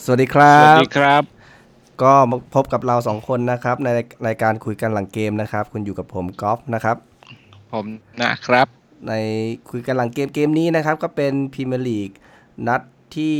สวัสดีครัสวัสบดีครับก็มาพบกับเราสองคนนะครับในรายการคุยกันหลังเกมนะครับคุณอยู่กับผมกอล์ฟนะครับผมนะครับในคุยกันหลังเกมนี้นะครับก็เป็นพรีเมียร์ลีกนัดที่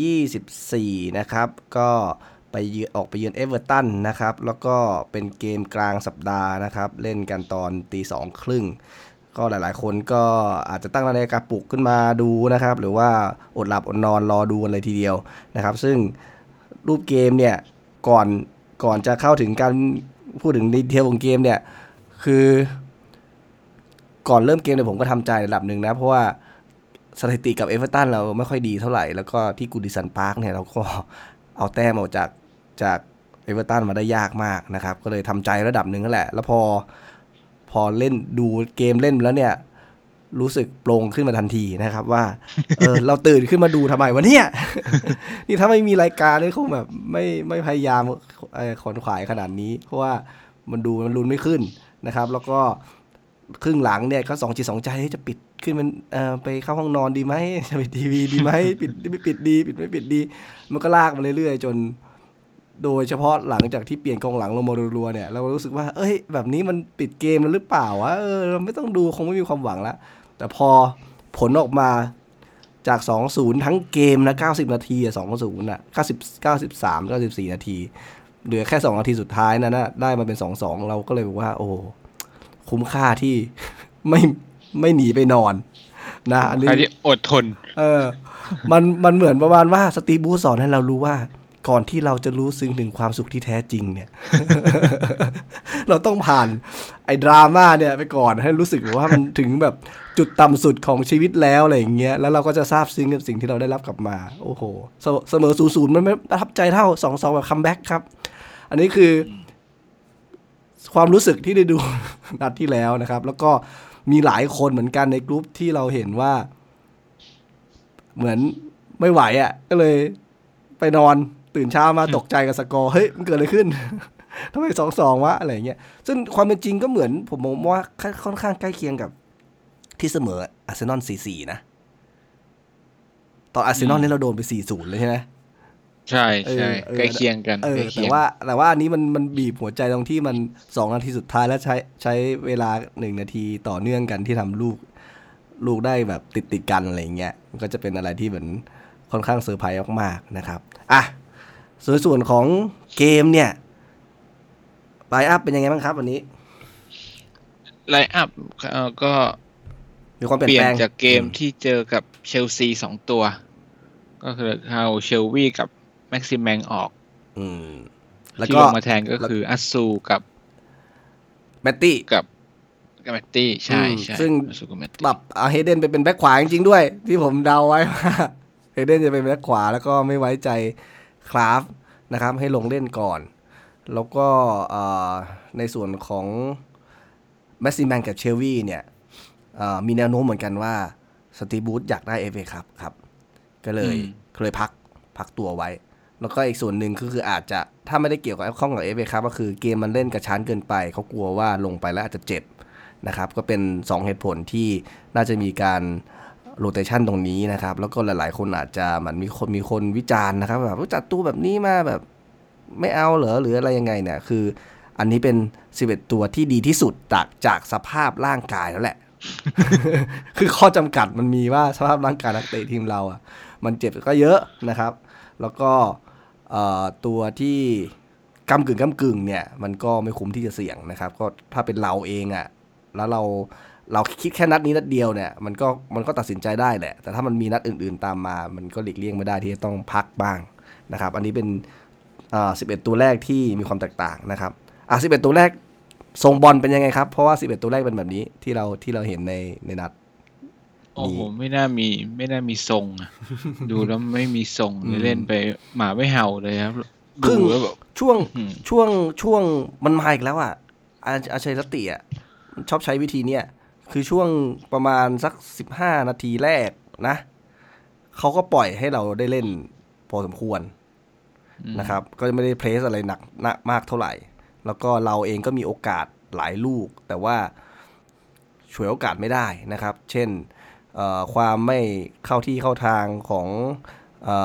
24นะครับก็ออกไปเยือนเอเวอร์ตันนะครับแล้วก็เป็นเกมกลางสัปดาห์นะครับเล่นกันตอน2:30ก็หลายๆคนก็อาจจะตั้งนาฬิกาปลุกขึ้นมาดูนะครับหรือว่าอดหลับอดนอนรอดูกันเลยทีเดียวนะครับซึ่งรูปเกมเนี่ยก่อนก่อนจะเข้าถึงการพูดถึงดีเทลของเกมเนี่ยคือก่อนเริ่มเกมเนี่ยผมก็ทำใจระดับหนึ่งนะเพราะว่าสถิติกับเอเวอร์ตันเราไม่ค่อยดีเท่าไหร่แล้วก็ที่กูดิสันพาร์คเนี่ยเราก็เอาแต้มออกจากเอเวอร์ตันมาได้ยากมากนะครับก็เลยทำใจระดับหนึ่งนั่นแหละแล้วพอเล่นดูเกมเล่นแล้วเนี่ยรู้สึกโปร่งขึ้นมาทันทีนะครับว่าเราตื่นขึ้นมาดูทำไมวะเนี่ยนี่ถ้าไม่มีรายการนี่คงแบบไม่พยายามขวนขวายขนาดนี้เพราะว่ามันลุ้นไม่ขึ้นนะครับแล้วก็ครึ่งหลังเนี่ยก็สองจิตสองใจจะปิดขึ้นมันไปเข้าห้องนอนดีไหมจะปิดทีวีดีไหมปิดไม่ปิดดีปิดไม่ปิดดีมันก็ลากมาเรื่อยๆจนโดยเฉพาะหลังจากที่เปลี่ยนกองหลังลงมารัวๆเนี่ยเรารู้สึกว่าเอ้ยแบบนี้มันปิดเกมแล้วหรือเปล่าวะเราไม่ต้องดูคงไม่มีความหวังแล้วแต่พอผลออกมาจาก2-0ทั้งเกมนะ90นาทีอ่ะ2-0อ่ะ90 93 94นาทีเหลือแค่2นาทีสุดท้ายนั่นนะได้มาเป็น2-2เราก็เลยบอกว่าโอ้คุ้มค่าที่ไม่ไม่หนีไปนอนนะอันนี้ใครที่อดทนเออมันเหมือนประมาณว่าสตีฟบูธสอนให้เรารู้ว่าก่อนที่เราจะรู้ซึ้งถึงความสุขที่แท้จริงเนี่ยเราต้องผ่านไอ้ดราม่าเนี่ยไปก่อนให้รู้สึกว่ามันถึงแบบจุดต่ำสุดของชีวิตแล้วอะไรอย่างเงี้ยแล้วเราก็จะซาบซึ้งกับสิ่งที่เราได้รับกลับมาโอ้โหเสมอ0-0มันไม่ประทับใจเท่า2-2แบบคัมแบ็กครับอันนี้คือความรู้สึกที่ได้ดูนัดที่แล้วนะครับแล้วก็มีหลายคนเหมือนกันในกลุ่มที่เราเห็นว่าเหมือนไม่ไหวอ่ะก็เลยไปนอนตื่นเช้ามาตกใจกับสกอร์เฮ้ยมันเกิดอะไรขึ้นทำไม2-2วะอะไรเงี้ยซึ่งความเป็นจริงก็เหมือนผมมองว่าค่อนข้างใกล้เคียงกับที่เสมออาร์เซนอล4-4นะตอนอาร์เซนอลนี่เราโดนไป4-0เลยใช่ไหมใช่เอใช่อใกล้เคียงกันใกล้แต่เคียงว่าอันนี้มันบีบหัวใจตรงที่มัน2 นาทีสุดท้ายแล้วใช้เวลา1 นาทีต่อเนื่องกันที่ทำลูกได้แบบติดกันอะไรเงี้ยมันก็จะเป็นอะไรที่เหมือนค่อนข้างเซอร์ไพรส์มากๆนะครับอ่ะส่วนของเกมเนี่ยไลน์อัพเป็นยังไงบ้างครับวันนี้ไลน์อัพก็มีความเปเปลี่ยลี่ยนแปลงนจากเกมที่เจอกับเชลซี2 ตัวก็คือเอาเชลวีกับแม็กซิแมงออกอืมแล้วที่ก็ลงมาแทนก็คืออัสซูกับแมตตี้กับกับแมตตี้ใช่ใช่ซึ่งอัสซูกับแมตตี้ปรับเอาเฮเดนไปเป็นแบ็คขวาจริงๆด้วยที่ผมเดาไว้ว่าเฮเดนจะเป็นแบ็คขวาแล้วก็ไม่ไว้ใจคราฟนะครับให้ลงเล่นก่อนแล้วก็ในส่วนของแมสซิแมนกับเชลวีเนี่ยมีแนวโน้มเหมือนกันว่าสตีบูธอยากได้เอฟเอครับก็เลยพักตัวไว้แล้วก็อีกส่วนหนึ่งคืออาจจะถ้าไม่ได้เกี่ยวกับข้องกับเอฟเอครับก็คือเกมมันเล่นกระชั้นเกินไปเขากลัวว่าลงไปแล้วอาจจะเจ็บนะครับก็เป็น2เหตุผลที่น่าจะมีการโรเตชันตรงนี้นะครับแล้วก็หลายๆคนอาจจะมันมีคนวิจารณ์นะครับแบบจัดตัวแบบนี้มาแบบไม่เอาเหรอหรืออะไรยังไงเนี่ยคืออันนี้เป็น11ตัวที่ดีที่สุดจากสภาพร่างกายแล้วแหละ คือข้อจำกัดมันมีว่าสภาพร่างกายนักเตะทีมเราอ่ะมันเจ็บก็เยอะนะครับแล้วก็ตัวที่กำกึ่งเนี่ยมันก็ไม่คุ้มที่จะเสี่ยงนะครับก็ถ้าเป็นเราเองอ่ะแล้วเราคิดแค่นัดนี้นัดเดียวเนี่ยมันก็ตัดสินใจได้แหละแต่ถ้ามันมีนัดอื่นๆตามมามันก็หลีกเลี่ยงไม่ได้ที่จะต้องพักบ้างนะครับอันนี้เป็น11ตัวแรกที่มีความแตกต่างนะครับ11ตัวแรกทรงบอลเป็นยังไงครับเพราะว่า11ตัวแรกเป็นแบบนี้ที่เราเห็นในนัดโอ้โหนี้ไม่น่ามีทรงอะดูแล้วไม่มีทรงเล่นไปหมาไม่เห่าเลยครับดูครึ่งแล้วแบบช่วงอืมช่วงมันมาอีกแล้วอ่ะอาชัยรติอ่ะชอบใช้วิธีเนี้ยคือช่วงประมาณสัก15 นาทีแรกนะเขาก็ปล่อยให้เราได้เล่นพอสมควรนะครับก็ไม่ได้เพรสอะไรหนักมากเท่าไหร่แล้วก็เราเองก็มีโอกาสหลายลูกแต่ว่าฉวยโอกาสไม่ได้นะครับเช่นความไม่เข้าที่เข้าทางของ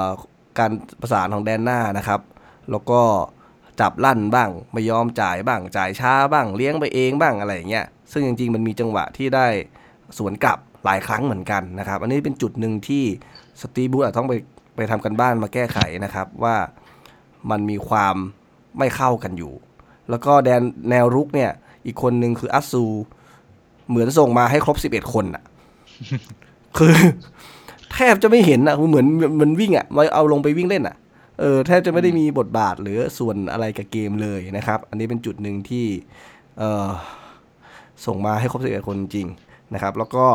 การประสานของแดนหน้านะครับแล้วก็จับลั่นบ้างไม่ยอมจ่ายบ้างจ่ายช้าบ้างเลี้ยงไปเองบ้างอะไรอย่างเงี้ยซึ่งจริงๆมันมีจังหวะที่ได้สวนกลับหลายครั้งเหมือนกันนะครับอันนี้เป็นจุดหนึ่งที่สตีฟบูธอาจต้องไปทำกันบ้านมาแก้ไขนะครับว่ามันมีความไม่เข้ากันอยู่แล้วก็แนวรุกเนี่ยอีกคนนึงคืออัสซูเหมือนส่งมาให้ครบ11คนอ่ะ คือแทบจะไม่เห็นอ่ะเหมือนมันวิ่งอ่ะมาเอาลงไปวิ่งเล่นอ่ะแทบจะไม่ได้มีบทบาทหรือส่วนอะไรกับเกมเลยนะครับอันนี้เป็นจุดหนึ่งที่ส่งมาให้ครบ11คนจริงนะครับแล้วก็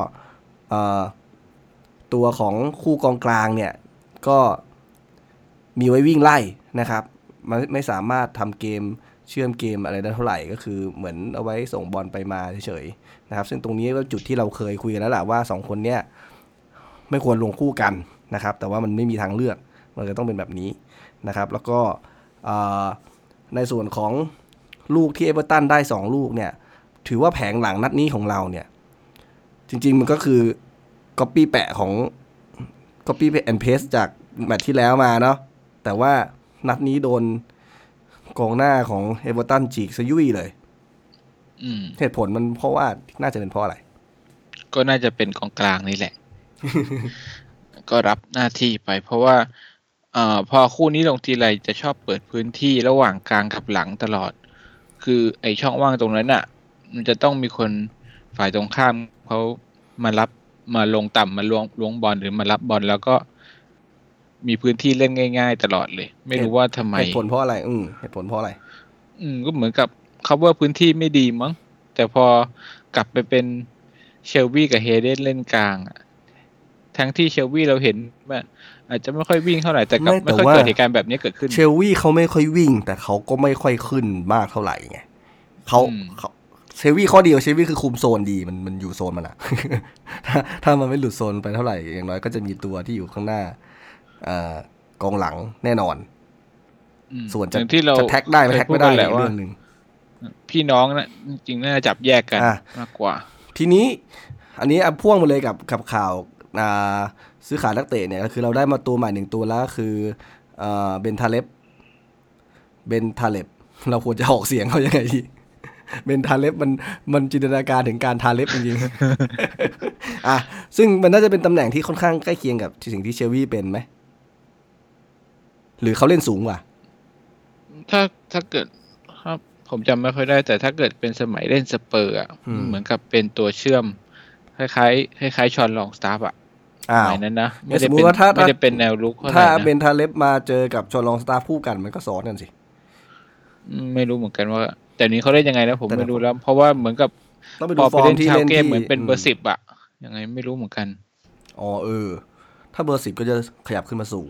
ตัวของคู่กองกลางเนี่ยก็มีไว้วิ่งไล่นะครับมันไม่สามารถทำเกมเชื่อมเกมอะไรได้เท่าไหร่ก็คือเหมือนเอาไว้ส่งบอลไปมาเฉยๆนะครับซึ่งตรงนี้ก็จุดที่เราเคยคุยกันแล้วแหละว่า2คนเนี้ยไม่ควรลงคู่กันนะครับแต่ว่ามันไม่มีทางเลือกมันก็ต้องเป็นแบบนี้นะครับแล้วก็ในส่วนของลูกที่เอเวอร์ตันได้2ลูกเนี่ยถือว่าแผงหลังนัดนี้ของเราเนี่ยจริงๆมันก็คือก๊อปปี้แปะของก๊อปปี้แอนด์เพสจากแมตช์ที่แล้วมาเนาะแต่ว่านัดนี้โดนกองหน้าของเอเวอร์ตันจีกซะยุ่ยเลยเหตุผลมันเพราะว่าน่าจะเป็นเพราะอะไรก็น่าจะเป็นกองกลางนี่แหละ ก็รับหน้าที่ไปเพราะว่าพอคู่นี้ลงทีไรจะชอบเปิดพื้นที่ระหว่างกลางกับหลังตลอดคือไอช่องว่างตรงนั้นอ่ะมันจะต้องมีคนฝ่ายตรงข้ามเขามารับมาลงต่ำมาล้วงบอลหรือมารับบอลแล้วก็มีพื้นที่เล่นง่ายๆตลอดเลยไม่รู้ว่าทำไมเหตุผลเพราะอะไรเหตุผลเพราะอะไรก็เหมือนกับ cover พื้นที่ไม่ดีมั้งแต่พอกลับไปเป็นเชลวี่กับเฮเดนเล่นกลางทั้งที่เชลวี่เราเห็นว่าอาจจะไม่ค่อยวิ่งเท่าไหร่แต่กับไม่ค่อยเกิดเหตุการณ์แบบนี้เกิดขึ้นเชลวี่เขาไม่ค่อยวิ่งแต่เขาก็ไม่ค่อยขึ้นมากเท่าไหร่ไงเขาเชลวี่ข้อดีของเชลวี่คือคุมโซนดีมันอยู่โซนมันอะ ถ้ามันไม่หลุดโซนไปเท่าไหร่อย่างน้อยก็จะมีตัวที่อยู่ข้างหน้ากองหลังแน่นอนส่วนจะแท็กได้ไม่แท็กไม่ได้อีกเรื่องนึงพี่น้องนะจริงๆน่าจะจับแยกกันมากกว่าทีนี้อันนี้พ่วงมาเลยกับข่าวซื้อขายนักเตะเนี่ยก็คือเราได้มาตัวใหม่1ตัวแล้วคือเบนทาเล็บเราควรจะออกเสียงเขายังไงดีเบนทาเล็บมันจินตนาการถึงการทาเล็บจริงๆซึ่งมันน่าจะเป็นตำแหน่งที่ค่อนข้างใกล้เคียงกับสิ่งที่เชลวี่เป็นไหมหรือเขาเล่นสูงกว่าถ้าเกิดครับผมจำไม่ค่อยได้แต่ถ้าเกิดเป็นสมัยเล่นสเปอร์เหมือนกับเป็นตัวเชื่อมคล้ายชอนลองสตาร์ฟหมายนั้นนะไม่ได้เป็นแนวลุกถ้าเบนทาเล็บมาเจอกับชอนลองสตาร์ฟคู่กันมันก็ซ้อนกันสิไม่รู้เหมือนกันว่าแต่นี้เขาเล่นยังไงนะผมไม่รู้แล้วเพราะว่าเหมือนกับพอไปเล่นชาวเกมเหมือนเป็นเบอร์10ยังไงไม่รู้เหมือนกันถ้าเบอร์10ก็จะขยับขึ้นมาสูง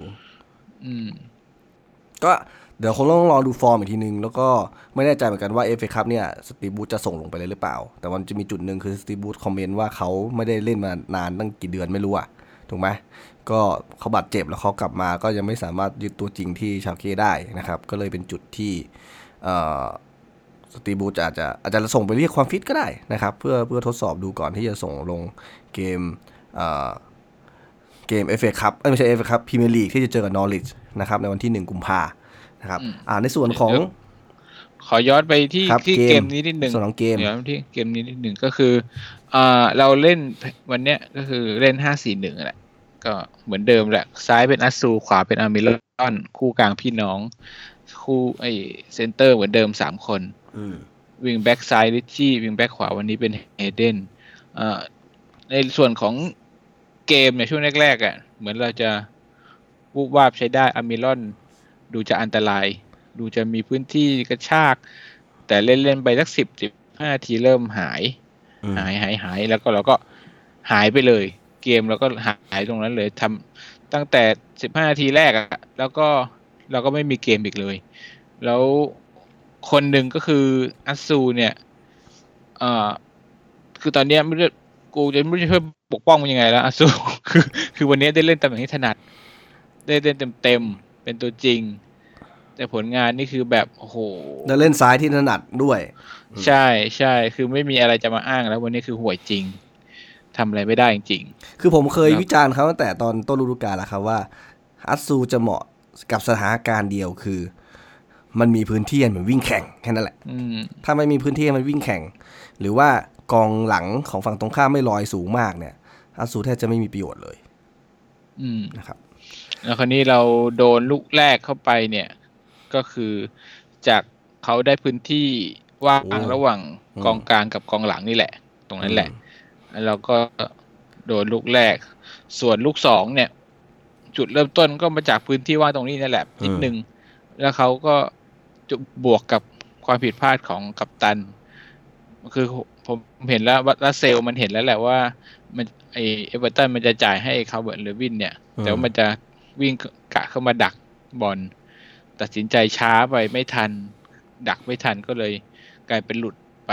ก็เดี๋ยวคงต้องรอดูฟอร์มอีกทีนึงแล้วก็ไม่แน่ใจเหมือนกันว่า FA Cup เนี่ยสตีฟบูธจะส่งลงไปเลยหรือเปล่าแต่มันจะมีจุดนึงคือสตีฟบูธคอมเมนต์ว่าเขาไม่ได้เล่นมานานตั้งกี่เดือนไม่รู้ถูกไหมก็เขาบาดเจ็บแล้วเขากลับมาก็ยังไม่สามารถยึดตัวจริงที่ชาลเก้ได้นะครับก็เลยเป็นจุดที่สตีฟบูธอาจจะส่งไปเรียกความฟิตก็ได้นะครับเพื่อทดสอบดูก่อนที่จะส่งลงเกมFA Cup ไม่ใช่ FA Cup พรีเมียร์ลีกที่จะเจอกับนอริชนะครับในวันที่1 กุมภาพันธ์นะครับในส่วนของขอย้อนไปที่เกมนี้นิดนึงส่วนของเกมที่เกมนี้นิดนึงก็คือเราเล่นวันเนี้ยก็คือเล่น 5-4-1 แหละก็เหมือนเดิมแหละซ้ายเป็นอัสซูขวาเป็นอามิลอนคู่กลางพี่น้องคู่เซนเตอร์เหมือนเดิม3คนวิงแบ็กซ้ายริชชี่วิงแบ็กขวาวันนี้เป็นเฮเดนในส่วนของเกมเนี่ยช่วงแรกๆเหมือนเราจะวูบวาบใช้ได้อามิลอนดูจะอันตรายดูจะมีพื้นที่กระชากแต่เล่นไปสัก10-15 นาทีเริ่มหายแล้วก็เราก็หายไปเลยเกมเราก็หายตรงนั้นเลยทำตั้งแต่15 นาทีแรกแล้วก็เราก็ไม่มีเกมอีกเลยแล้วคนหนึ่งก็คืออัสซูเนี่ยคือตอนนี้กูจะไม่รู้จะช่วยปกป้องมันยังไงแล้วอัสซูคือวันนี้ได้เล่นตำแหน่งที่ถนัดได้เล่นเต็มเป็นตัวจริงแต่ผลงานนี่คือแบบโอ้โหได้เล่นซ้ายที่ถนัดด้วยใช่คือไม่มีอะไรจะมาอ้างแล้ววันนี้คือห่วยจริงทำอะไรไม่ได้จริงคือผมเคยวิจารณ์เขาตั้งแต่ตอนต้นฤดูกาลแล้วครับว่าอัสซูจะเหมาะกับสถานการณ์เดียวคือมันมีพื้นที่เหมือนวิ่งแข่งแค่นั้นแหละถ้าไม่มีพื้นที่มันวิ่งแข่งหรือว่ากองหลังของฝั่งตรงข้ามไม่ลอยสูงมากเนี่ยอาซูแทบจะไม่มีประโยชน์เลยนะครับแล้วคราวนี้เราโดนลูกแรกเข้าไปเนี่ยก็คือจากเขาได้พื้นที่ว่างระหว่างกองกลางกับกองหลังนี่แหละตรงนั้นแหละแล้วเราก็โดนลูกแรกส่วนลูก2เนี่ยจุดเริ่มต้นก็มาจากพื้นที่ว่างตรงนี้นั่นแหละนิดนึงแล้วเขาก็จะบวกกับความผิดพลาดของกัปตันคือผมเห็นแล้วว่าเซลมันเห็นแล้วแหละว่ามันเอเวอร์ตันมันจะจ่ายให้คาร์เวิร์ตเลวินเนี่ยแต่ว่ามันจะวิ่งกะเข้ามาดักบอลตัดสินใจช้าไปไม่ทันดักไม่ทันก็เลยกลายเป็นหลุดไป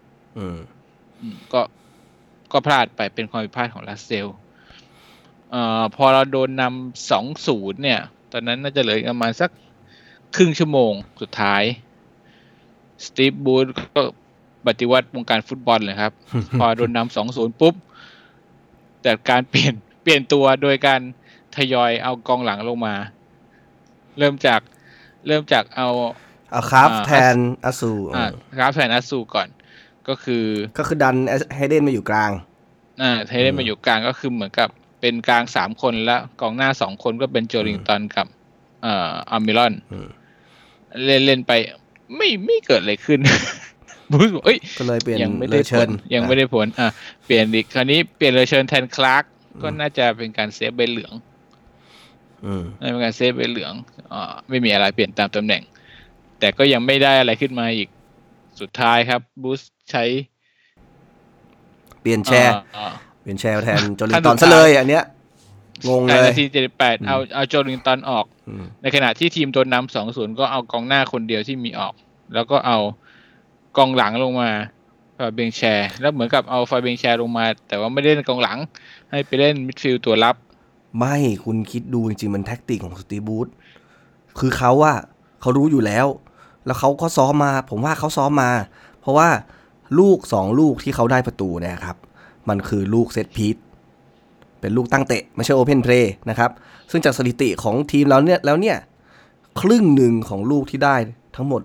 ก็พลาดไปเป็นความผิดพลาดของลัสเซลพอเราโดนนำ 2-0 เนี่ยตอนนั้นน่าจะเหลือประมาณสักครึ่งชั่วโมงสุดท้ายสตีฟบูธก็ปฏิวัติวงการฟุตบอลเลยครับ พอโดนนำ 2-0 ปุ๊บแต่การเปลี่ยนตัวโดยการทยอยเอากองหลังลงมาเริ่มจากเอาคราฟแทนอาซูคราฟแทนอาซูก่อนก็คือดันไฮเดนมาอยู่กลางไฮเดนมาอยู่กลางก็คือเหมือนกับเป็นกลาง3คนแล้วกองหน้า2คนก็เป็นโจลิงตันกับอาร์มิลอนเล่นไปไม่เกิดอะไรขึ้นบู๊เอ้ยก็เลยเปลี่ยนยังไม่ได้ผลเปลี่ยนอีกคราวนี้เปลี่ยนเลยเชิญแทนคลาร์กก็น่าจะเป็นการเซฟใบเหลืองเป็นการเซฟใบเหลืองไม่มีอะไรเปลี่ยนตามตำแหน่งแต่ก็ยังไม่ได้อะไรขึ้นมาอีกสุดท้ายครับบูสใช้เปลี่ยนแชร์แทนโจลิงตันซะเลยอันเนี้ยงงเลยนาที78เอาโจลิงตันออกในขณะที่ทีมโดนนำ 2-0 ก็เอากองหน้าคนเดียวที่มีออกแล้วก็เอากองหลังลงมาฟาเบียงแชร์แล้วเหมือนกับเอาฟาเบียงแชร์ลงมาแต่ว่าไม่ได้เล่นกองหลังให้ไปเล่นมิดฟิลด์ตัวรับไม่คุณคิดดูจริงๆมันแท็กติกของสตีฟบูธคือเขารู้อยู่แล้วเขาก็ซ้อมมาผมว่าเขาซ้อมมาเพราะว่าลูก2ลูกที่เขาได้ประตูเนี่ยครับมันคือลูกเซตพีซเป็นลูกตั้งเตะไม่ใช่โอเพนเพลย์นะครับซึ่งจากสถิติของทีมเราเนี่ยครึ่งหนึ่งของลูกที่ได้ทั้งหมด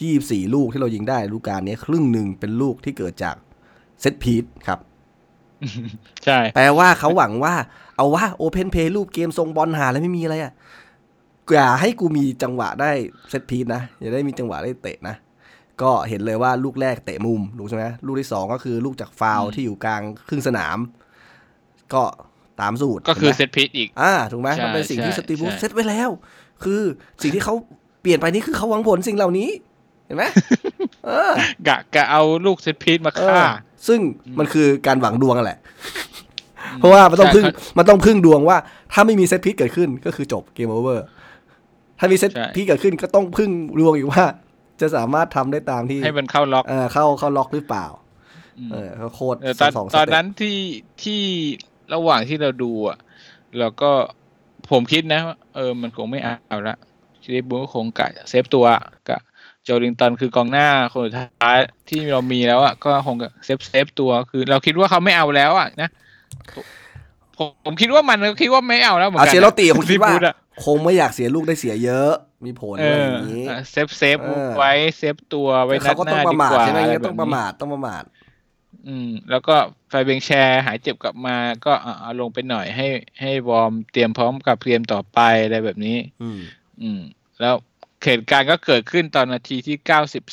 24ลูกที่เรายิงได้ฤดูกาลนี้ครึ่งหนึ่งเป็นลูกที่เกิดจากเซตพีซครับใช่แปลว่าเขาหวังว่าเอาว่าโอเพนเพลย์รูปเกมทรงบอลหาแล้วไม่มีอะไรอย่าให้กูมีจังหวะได้เซตพีซนะอย่าได้มีจังหวะได้เตะนะก็เห็นเลยว่าลูกแรกเตะมุมรู้ใช่ไหมลูกที่2ก็คือลูกจากฟาวล์ที่อยู่กลางครึ่งสนามก็ตามสูตรก็คือเซตพีซอีกถูกไหมมันเป็นสิ่งที่สตีฟบูธเซตไว้แล้วคือสิ่งที่เขาเปลี่ยนไปนี่คือเขาหวังผลสิ่งเหล่านี้เห็นไหมกะเอาลูกเซตพีซมาฆ่าซึ่งมันคือการหวังดวงแหละเพราะว่ามันต้องพึ่งดวงว่าถ้าไม่มีเซตพีซเกิดขึ้นก็คือจบเกมโอเวอร์ถ้ามีเซตพีซเกิดขึ้นก็ต้องพึ่งดวงอีกว่าจะสามารถทำได้ตามที่ให้มันเข้าล็อกเข้าล็อกหรือเปล่าโคตรตอนนั้นที่ระหว่างที่เราดูแล้วก็ผมคิดนะมันคงไม่เอาละชีวิตบู๊คงกะเซฟตัวกะโจลิงตันคือกองหน้าคนสุดท้ายที่เรามีแล้วก็คงเซฟตัวคือเราคิดว่าเขาไม่เอาแล้วนะผมคิดว่ามันคิดว่าไม่เอาแล้วเหมือนกันเซโรติผมคิดว่าคงไม่อยากเสียลูกได้เสียเยอะมีผลอะไรอย่างนี้เซฟไว้เซฟตัวไว้นัดหน้าดีกว่าใช่ไหมต้องประมาทแล้วก็ไฟเบงแชร์หายเจ็บกลับมาก็เอาลงไปหน่อยให้วอร์มเตรียมพร้อมกับเกมต่อไปอะไรแบบนี้แล้วเหตุการณ์ก็เกิดขึ้นตอนนาทีที่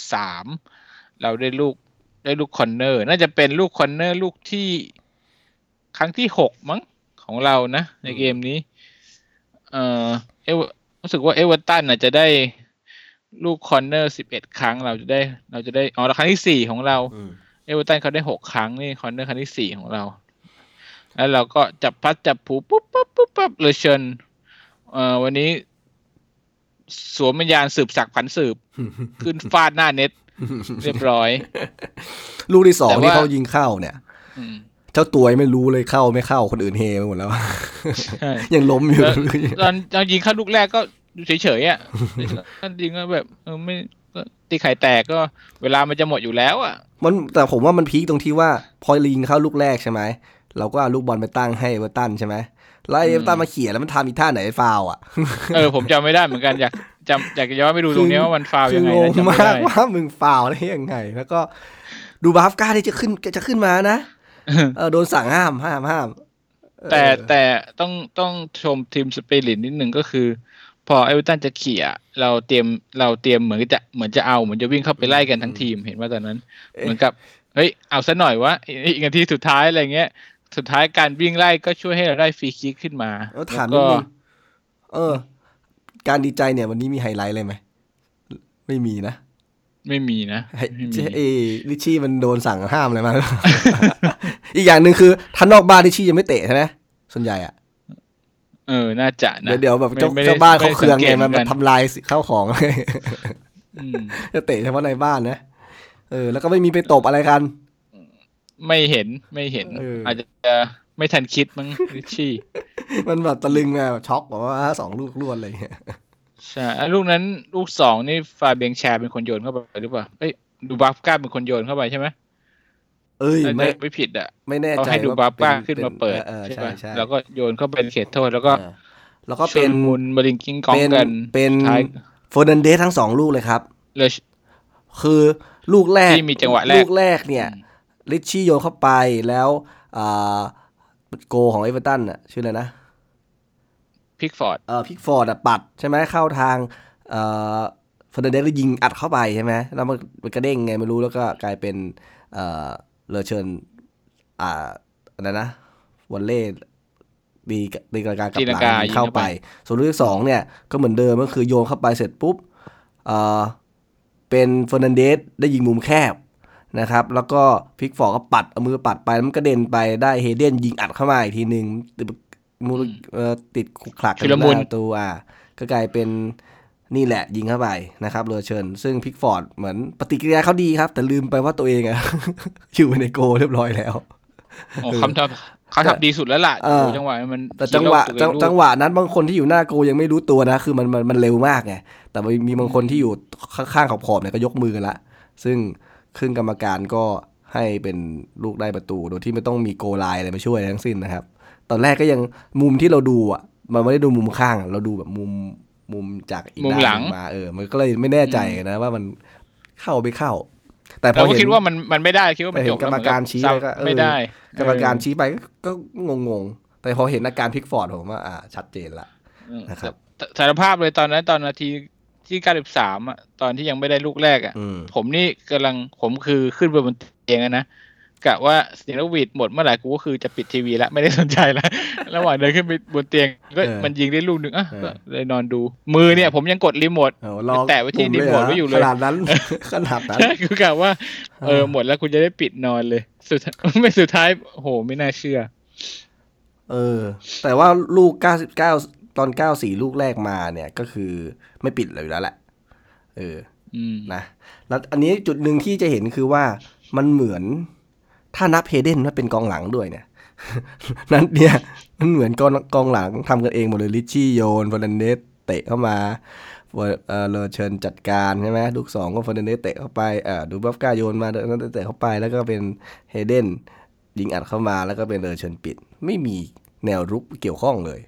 93เราได้ลูกคอร์เนอร์น่าจะเป็นลูกคอร์เนอร์ลูกที่ครั้งที่6มั้งของเรานะในเกมนี้รู้สึกว่าเอเวอร์ตันจะได้ลูกคอร์เนอร์11ครั้งเราจะได้ครั้งที่4ของเราเอเวอร์ตันเขาได้6ครั้งนี่คอร์เนอร์ครั้งที่4ของเราแล้วเราก็จับพัดจับผูปุ๊บเลยเชิญวันนี้สวมวิญญาณสืบศักดิ์ผันสืบขึ้นฟาดหน้าเน็ตเรียบร้อยลูกที่2ที่เขายิงเข้าเนี่ยเจ้าตัวไม่รู้เลยเข้าไม่เข้าคนอื่นเฮไปหมดแล้วยังล้มอยู่ตอนยิงเข้าลูกแรกก็เฉยๆตอนยิงก็แบบไม่ตีไข่แตกก็เวลามันจะหมดอยู่แล้วแต่ผมว่ามันพีคตรงที่ว่าพอยิงเข้าลูกแรกใช่ไหมเราก็เอาลูกบอลไปตั้งให้เอเวอร์ตันใช่ไหมแล้วเอเวอร์ตันมาเขี่ยแล้วมันทำอีกท่าไหนฟาวอ่ะผมจำไม่ได้เหมือนกันอยากย้อนไปดูตรงนี้ว่ามันฟาวยังไงคืนะองจำงไม่มากได้ว่ามึงฟาวได้ยังไงแล้วก็ดูบาฟก้าที่จะขึ้นมานะโดนสั่งห้ามแต่ต้องชมทีมสเปริตนิดนึงก็คือพอเอเวอร์ตันจะเขี่ยเราเตรียมเหมือนจะวิ่งเข้าไปไล่กันทั้งทีมเห็นว่าตอนนั้นเหมือนกับเฮ้ยเอาซะหน่อยวะอีกนาทีสุดท้ายอะไรเงี้ยสุดท้ายการวิ่งไล่ก็ช่วยให้เราได้ฟรีคิกขึ้นมาแล้วถามนิดนึงการดีใจเนี่ยวันนี้มีไฮไลท์เลยไหมไม่มีนะลิชชี่มันโดนสั่งห้ามอะไรมา อีกอย่างหนึ่งคือท่านนอกบ้านลิชชี่ยังไม่เตะใช่ไหมส่วนใหญ่อ่ะน่าจะนะเดี๋ยวแบบเจ้าบ้านเขาเคืองไงมันทำลายข้าวของจะเตะเฉพาะในบ้านนะแล้วก็ไม่มีไปตบอะไรกันไม่เห็นอาจจะไม่ทันคิดมั้งลิชชี่มันแบบตะลึงไงช็อกบอกว่า2 ลูกรวดอะไรอย่างเงี้ยใช่ลูกนั้นลูก2นี่ฟาเบียงแชร์เป็นคนโยนเข้าไปหรือเปล่าดูบัฟก้าเป็นคนโยนเข้าไปใช่ไหมไม่ผิดอ่ะไม่แน่ใจให้ดูบัฟก้าขึ้นมาเปิดใช่ไหมแล้วก็โยนเข้าไปเขตโทษแล้วก็เป็นมุนมาริงกิ้งกองกันเป็นเฟอร์นันเดสทั้ง2 ลูกเลยครับเลยคือลูกแรกที่มีจังหวะลูกแรกเนี่ยลิชชี่โยนเข้าไปแล้วโกของเอเวอร์ตันน่ะชื่ออะไรนะพิกฟอร์ดปัดใช่ไหมเข้าทางเฟอร์นันเดสยิงอัดเข้าไปใช่ไหมแล้วมันกระเด้งไงไม่รู้แล้วก็กลายเป็นเลอเชิญอะไรนะวันเล่ตีกลางกลับหลังเข้าไปส่วนลูกที่2เนี่ยก็เหมือนเดิมก็คือโยนเข้าไปเสร็จปุ๊บเป็นเฟอร์นันเดสได้ยิงมุมแคบนะครับแล้วก็พิกฟอร์ดก็ปัดเอามือปัดไปมันกระเด็นไปได้เฮเดนยิงอัดเข้ามาอีกทีนึงมือติดขุกขลักกันหน้าตัวก็กลายเป็นนี่แหละยิงเข้าไปนะครับเลอเชิญซึ่งพิกฟอร์ดเหมือนปฏิกิริยาเขาดีครับแต่ลืมไปว่าตัวเองอะ อยู่ในโกเรียบร้อยแล้วเขาทำดีสุดแล้วล่ะจังหวะมันแต่จังหวะนั้นบางคนที่อยู่หน้าโกยังไม่รู้ตัวนะคือมันเร็วมากไงแต่มีบางคนที่อยู่ข้างๆขอบๆเนี่ยก็ยกมือกันละซึ่งครึ่งกรรมการก็ให้เป็นลูกได้ประตูโดยที่ไม่ต้องมีโกไลน์อะไรมาช่วยทั้งสิ้นนะครับตอนแรกก็ยังมุมที่เราดูอ่ะมันไม่ได้ดูมุมข้างเราดูแบบมุมจากอีกด้านมามันก็เลยไม่แน่ใจนะว่ามันเข้าไม่เข้าแต่พอคิดว่ามันไม่ได้คิดว่ามันจบกรรมการชี้ก็ไม่ได้กรรมการชี้ไปก็งงๆแต่พอเห็นอาการพิกฟอร์ดผมว่าชัดเจนละนะครับสารภาพเลยตอนนั้นตอนนาทีที่93อ่ะตอนที่ยังไม่ได้ลูกแรกอ่ะผมนี่ผมคือขึ้นไปบนเตียงนะกะว่าเสียงวีดหมดเมื่อไหร่กูก็คือจะปิดทีวีแล้วไม่ได้สนใจแล้วระหว่างเดินขึ้นไปบนเตียงก็มันยิงได้ลูกนึงก็เลยนอนดูมือเนี่ยผมยังกดรีโมทแตะไว้ที่รีโมทไว้อยู่เลยขนาดนั้นใช่คือกะว่าหมดแล้วคุณจะได้ปิดนอนเลยสุดท้ายโหไม่น่าเชื่อแต่ว่าลูก99ตอน94ลูกแรกมาเนี่ยก็คือไม่ปิดเลยแล้วแหละนะแล้วอันนี้จุดหนึ่งที่จะเห็นคือว่ามันเหมือนถ้านับเฮเดนว่าเป็นกองหลังด้วยเนี่ยนั้นเนี่ยมันเหมือนกองหลังทำกันเองหมดเลยลิชชี่โยนเฟอร์นันเดสเตะเข้ามาเลอเชิญจัดการใช่ไหมลูก2ก็เฟอร์นันเดสเตะเข้าไปดูบัฟก้าโยนมาเตะเข้าไปแล้วก็เป็นเฮเดนยิงอัดเข้ามาแล้วก็เป็นเลอเชิญปิดไม่มีแนวรุกเกี่ยวข้องเลย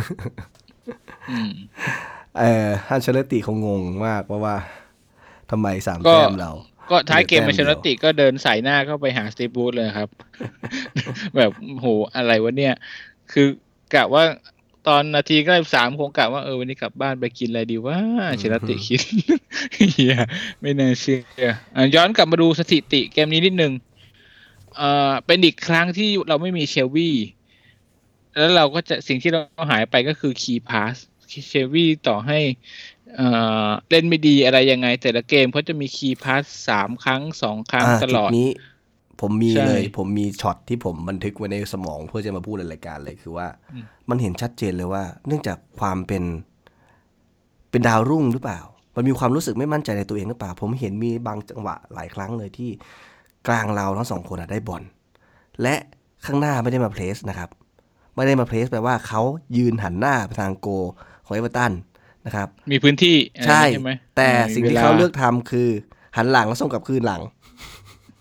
ฮันเชลติคงงงมากว่าทำไม3 แต้มเราก็ท้ายเกมมาเชลติก็เดินใส่หน้าเข้าไปหาสตีฟบูธเลยครับ แบบโหอะไรวะเนี่ยคือกะว่าตอนนาที93คงกะว่าวันนี้กลับบ้านไปกินอะไรดีว่าเชลติคิด เหี้ยไม่น่าเชื่อย้อนกลับมาดูสถิติเกมนี้นิดนึงเป็นอีกครั้งที่เราไม่มีเชลวี่แล้วเราก็จะสิ่งที่เราหายไปก็คือคีย์พาสเชลวี่ต่อให้เล่นไม่ดีอะไรยังไงแต่ละเกมเขาจะมีคีย์พาส3 ครั้ง 2 ครั้งตลอดนี้ผมมีเลยผมมีช็อตที่ผมบันทึกไว้ในสมองเพื่อจะมาพูดในรายการเลยคือว่ามันเห็นชัดเจนเลยว่าเนื่องจากความเป็นดาวรุ่งหรือเปล่ามันมีความรู้สึกไม่มั่นใจในตัวเองหรือเปล่าผมเห็นมีบางจังหวะหลายครั้งเลยที่กลางเราทั้ง2 คนได้บอลและข้างหน้าไม่ได้มาเพลสนะครับไม่ได้มาเพลสแปลว่าเขายืนหันหน้าไปทางโกของเอเวอร์ตันนะครับมีพื้นที่ใช่แต่สิ่งที่เขาเลือกทำคือหันหลังแล้วส่งกลับคืนหลัง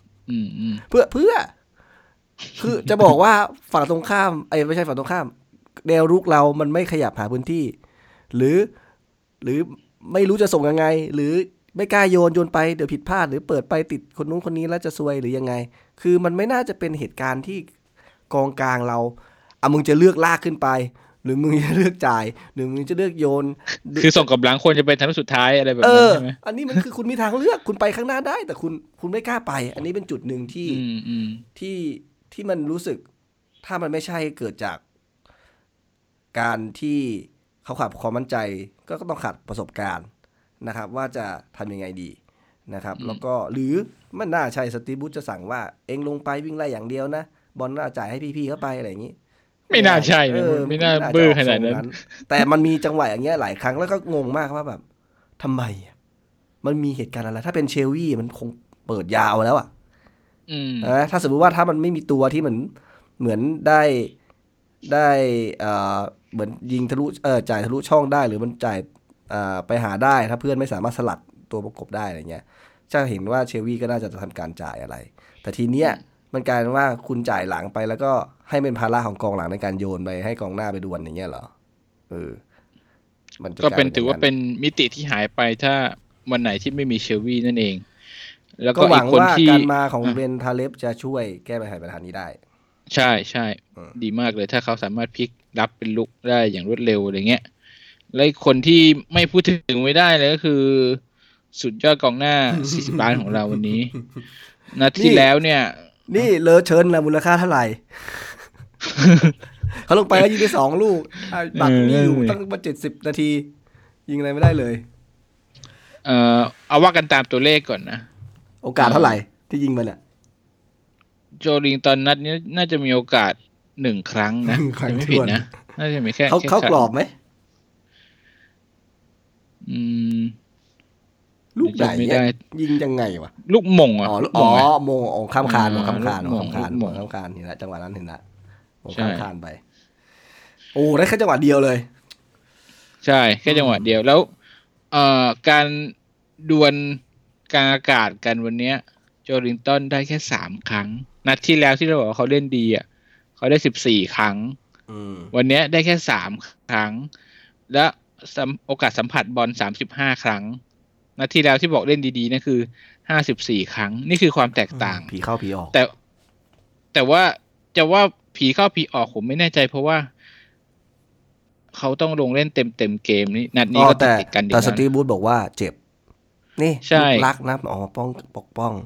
เพื่อคือจะบอกว่าฝั่งตรงข้ามไม่ใช่ฝั่งตรงข้ามแนวรุกเรามันไม่ขยับหาพื้นที่หรือไม่รู้จะส่งยังไงหรือไม่กล้าโยนไปเดี๋ยวผิดพลาดหรือเปิดไปติดคนนู้นคนนี้แล้วจะซวยหรือยังไงคือมันไม่น่าจะเป็นเหตุการณ์ที่กองกลางเรามึงจะเลือกลากขึ้นไปหรือมึงจะเลือกจ่ายหรือมึงจะเลือกโยนคือส่งกับหลังควรจะเป็นทางสุดท้ายอะไรแบบนั้นใช่ไหมอันนี้มันคือคุณมีทางเลือกคุณไปข้างหน้าได้แต่คุณไม่กล้าไปอันนี้เป็นจุดหนึ่งที่มันรู้สึกถ้ามันไม่ใช่เกิดจากการที่เขาขาดความมั่นใจก็ต้องขาดประสบการณ์นะครับว่าจะทำยังไงดีนะครับแล้วก็หรือมันน่าใช่สตีบูธจะสั่งว่าเองลงไปวิ่งไล่อย่างเดียวนะบอลน่าจ่ายให้พี่ๆเข้าไปอะไรอย่างนี้ไม่น่าใช่นะไม่น่าบื้อขนาดนั้นแต่มันมีจังหวะอย่างเงี้ยหลายครั้งแล้วก็งงมากว่าแบบทำไมมันมีเหตุการณ์อะไรถ้าเป็นเชลวี่มันคงเปิดยาวแล้วอ่ะถ้าสมมติว่าถ้ามันไม่มีตัวที่เหมือนได้เหมือนยิงทะลุจ่ายทะลุช่องได้หรือมันจ่ายไปหาได้ถ้าเพื่อนไม่สามารถสลัดตัวประกบได้อะไรเงี้ยจะเห็นว่าเชลวี่ก็น่าจะทำการจ่ายอะไรแต่ทีเนี้ยมันกลายเป็นว่าคุณจ่ายหลังไปแล้วก็ให้เป็นภาระของกองหลังในการโยนไปให้กองหน้าไปดวลอย่างเงี้ยเหรอมันก็เป็นถือว่าเป็นมิติที่หายไปถ้าวันไหนที่ไม่มีเชลวี่นั่นเองแล้วก็หวังว่าการมาของเบนทาเลฟจะช่วยแก้ปัญหานี้ได้ใช่ใช่ดีมากเลยถ้าเขาสามารถพลิกรับเป็นลุกได้อย่างรวดเร็วอะไรเงี้ยและคนที่ไม่พูดถึงไม่ได้เลยก็คือสุดยอดกองหน้า40 ล้านของเราวันนี้นัดที่แล้วเนี่ยนี่เลอเชิญนะมูลค่าเท่าไหร่ เขาลงไปแล้วยิงไป2 ลูกบักนี่อยู่ตั้งมา70 นาทียิงอะไรไม่ได้เลยเอาว่ากันตามตัวเลขก่อนนะโอกาสเท่าไหร่ที่ยิงมันอ่ะโจลิงตอนนัดนี้น่าจะมีโอกาส1 ครั้งนะไม่ผิดนะน่าจะมีแค่เขากรอบไหมลูกไหนยิงยังไงวะลูกมงมงข้ามคานข้ามคานนี่แหละจังหวะนั้นเห็นละมงข้ามคานไปโอ้ได้แค่จังหวะเดียวเลยใช่แค่จังหวะเดียวแล้วการดวลกลางอากาศกันวันนี้โจลิงตันได้แค่3 ครั้งนัดที่แล้วที่เราบอกว่าเขาเล่นดีอ่ะเขาได้14 ครั้งวันนี้ได้แค่3 ครั้งและโอกาสสัมผัสบอล35 ครั้งนัดที่แล้วที่บอกเล่นดีๆนั่นคือ54 ครั้งนี่คือความแตกต่างผีเข้าผีออกแต่ว่าจะว่าผีเข้าผีออกผมไม่แน่ใจเพราะว่าเขาต้องลงเล่นเต็มเกมนี้นัดนี้ก็ติดกันแต่สตีฟบูธบอกว่าเจ็บนี่รักนะปกป้อง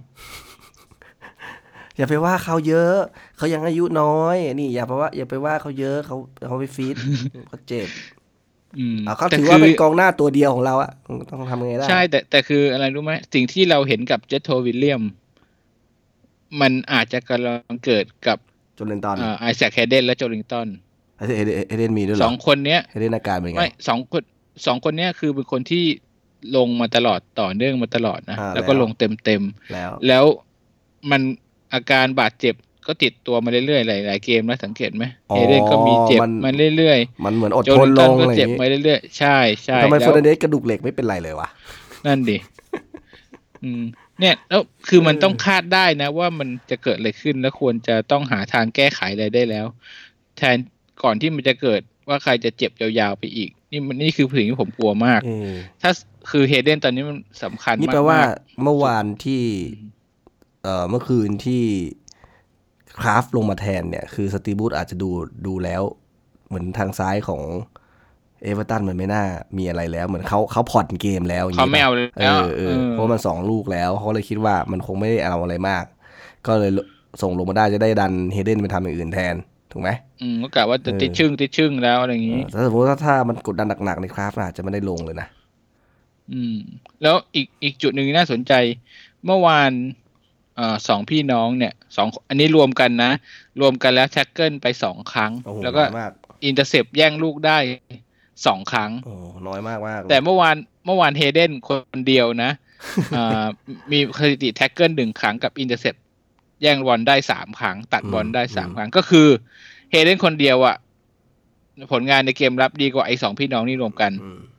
อย่าไปว่าเขาเยอะเขายังอายุน้อยนี่อย่าไปว่าเขาเยอะเขาไปฟีดเขาเจ็บเขาถือว่าเป็นกองหน้าตัวเดียวของเราอะต้องทำยังไงได้ใช่แต่คืออะไรรู้ไหมสิ่งที่เราเห็นกับเจสโทวิลเลียมมันอาจจะกำลังเกิดกับโจลิงตันไอแซคเฮเดนและโจลิงตันเฮเดนมีด้วยเหรอ 2 คนเนี้ยเฮเดนอาการเป็นไงไม่2 คนเนี้ยคือเป็นคนที่ลงมาตลอดต่อเนื่องมาตลอดนะแล้วก็ลงเต็มแล้วมันอาการบาดเจ็บก็ติดตัวมาเรื่อยๆหลายเกมแล้วสังเกตไหมเฮเดนก็มีเจ็บมาเรื่อยๆมันเหมือนอดทนลงก็เจ็บมาเรื่อยๆใช่ทำไมเฟอร์นันเดสกระดูกเหล็กไม่เป็นไรเลยวะนั่นดิเนี่ยแล้วคือมันต้องคาดได้นะว่ามันจะเกิดอะไรขึ้นแล้วควรจะต้องหาทางแก้ไขอะไรได้แล้วแทนก่อนที่มันจะเกิดว่าใครจะเจ็บยาวๆไปอีกนี่คือสิ่งที่ผมกลัวมากถ้าคือเฮเดนตอนนี้มันสำคัญมากนี่แปลว่าเมื่อวานที่เมื่อคืนที่คราฟลงมาแทนเนี่ยคือสตีบูธอาจจะดูแล้วเหมือนทางซ้ายของเอเวอร์ตันมันไม่น่ามีอะไรแล้วเหมือนเขาผ่อนเกมแล้วเขาไม่เอาแล้วเพราะมัน2 ลูกแล้วเขาเลยคิดว่ามันคงไม่ได้เอาอะไรมากก็เลยส่งลงมาได้จะได้ดันเฮเดนไปทำอย่างอื่นแทนถูกไหมก็กะว่าจะติดชึ่งแล้วอะไรอย่างนี้ถ้าสมมติถ้ามันกดดันหนักๆในคราฟอาจจะไม่ได้ลงเลยนะแล้วอีกจุดหนึ่งน่าสนใจเมื่อวาน2 พี่น้องเนี่ยอันนี้รวมกันแล้วแท็กเกิลไป2 ครั้งแล้วก็อินเตอร์เซปแย่งลูกได้2 ครั้งโอ้น้อยมากแต่เมื่อวานเฮเดนคนเดียวนะมีสถิติแท็กเกิล1 ครั้งกับอินเตอร์เซปแย่งบอลได้3 ครั้งตัดบอลได้3 ครั้งก็คือเฮเดนคนเดียวอ่ะผลงานในเกมรับดีกว่าไอ้2 พี่น้องนี่รวมกัน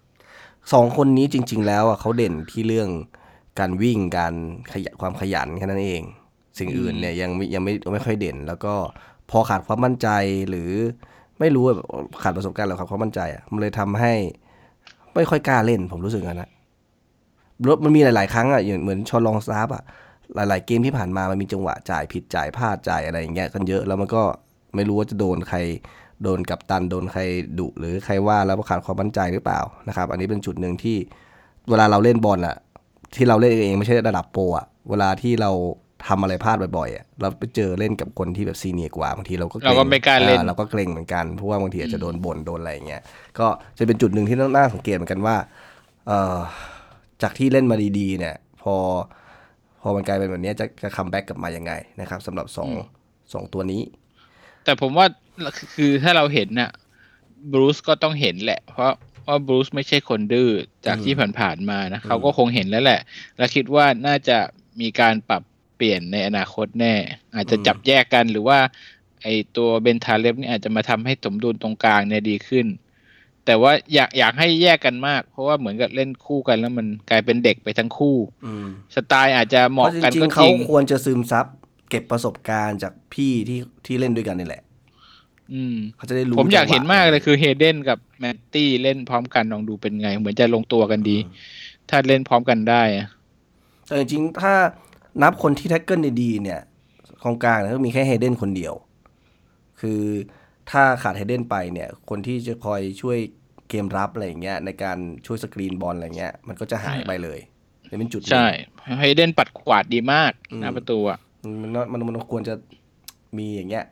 2 คนนี้จริงๆแล้วเขาเด่นที่เรื่องการวิ่งการความขยันแค่นั้นเองสิ่งอื่นเนี่ยยังไม่ค่อยเด่นแล้วก็พอขาดความมั่นใจหรือไม่รู้แบบขาดประสบการณ์หรือขาดความมั่นใจอ่ะมันเลยทำให้ไม่ค่อยกล้าเล่นผมรู้สึกงั้นนะมันมีหลายๆครั้งอ่ะอย่างเหมือนชอนลองซาร์ฟอ่ะหลายๆเกมที่ผ่านมามันมีจังหวะจ่ายผิดจ่ายพลาดจ่ายอะไรอย่างเงี้ยกันเยอะแล้วมันก็ไม่รู้ว่าจะโดนใครโดนกัปตันโดนใครดุหรือใครว่าแล้วขาดความมั่นใจหรือเปล่านะครับอันนี้เป็นจุดหนึ่งที่เวลาเราเล่นบอลอ่ะที่เราเล่นเองไม่ใช่ระดับโปรอ่ะเวลาที่เราทำอะไรพลาดบ่อยๆอ่ะเราไปเจอเล่นกับคนที่แบบซีเนียร์กว่าบางทีเราก็เกรงไม่กล้าเล่นเราก็เกรงเหมือนกันเพราะว่าบางทีอาจจะโดนบ่นโดนอะไรอย่างเงี้ยก็จะเป็นจุดหนึ่งที่น่าสังเกตเหมือนกันว่าเอ่อจากที่เล่นมาดีๆเนี่ยพอมันกลายเป็นแบบนี้จะคัมแบ็กกลับมายังไงนะครับสำหรับสองตัวนี้แต่ผมว่าคือถ้าเราเห็นน่ะบรูซก็ต้องเห็นแหละเพราะว่าบรูซไม่ใช่คนดื้อจากที่ผ่านๆมานะเขาก็คงเห็นแล้วแหละและคิดว่าน่าจะมีการปรับเปลี่ยนในอนาคตแน่อาจจะจับแยกกันหรือว่าไอตัวเบนทาเลฟนี่อาจจะมาทำให้สมดุลตรงกลางเนี่ยดีขึ้นแต่ว่าอยากให้แยกกันมากเพราะว่าเหมือนกับเล่นคู่กันแล้วมันกลายเป็นเด็กไปทั้งคู่สไตล์อาจจะเหมาะกันก็จริงเขาควรจะซึมซับเก็บประสบการณ์จากพี่ที่เล่นด้วยกันนี่แหละเขาจะได้รู้ผมอยากเห็นมากเลยคือเฮเดนกับแมตตี้เล่นพร้อมกันลองดูเป็นไงเหมือนจะลงตัวกันดีถ้าเล่นพร้อมกันได้แต่จริงๆถ้านับคนที่แท็กเกิลดีๆเนี่ยของกลางก็มีแค่เฮเดนคนเดียวคือถ้าขาดเฮเดนไปเนี่ยคนที่จะคอยช่วยเกมรับอะไรอย่างเงี้ยในการช่วยสกรีนบอลอะไรเงี้ยมันก็จะหายไปเลยเป็นจุดใช่เฮเดนปัดกวาดดีมากหน้าประตูอ่ะมันควรจะมีอย่างเงี้ย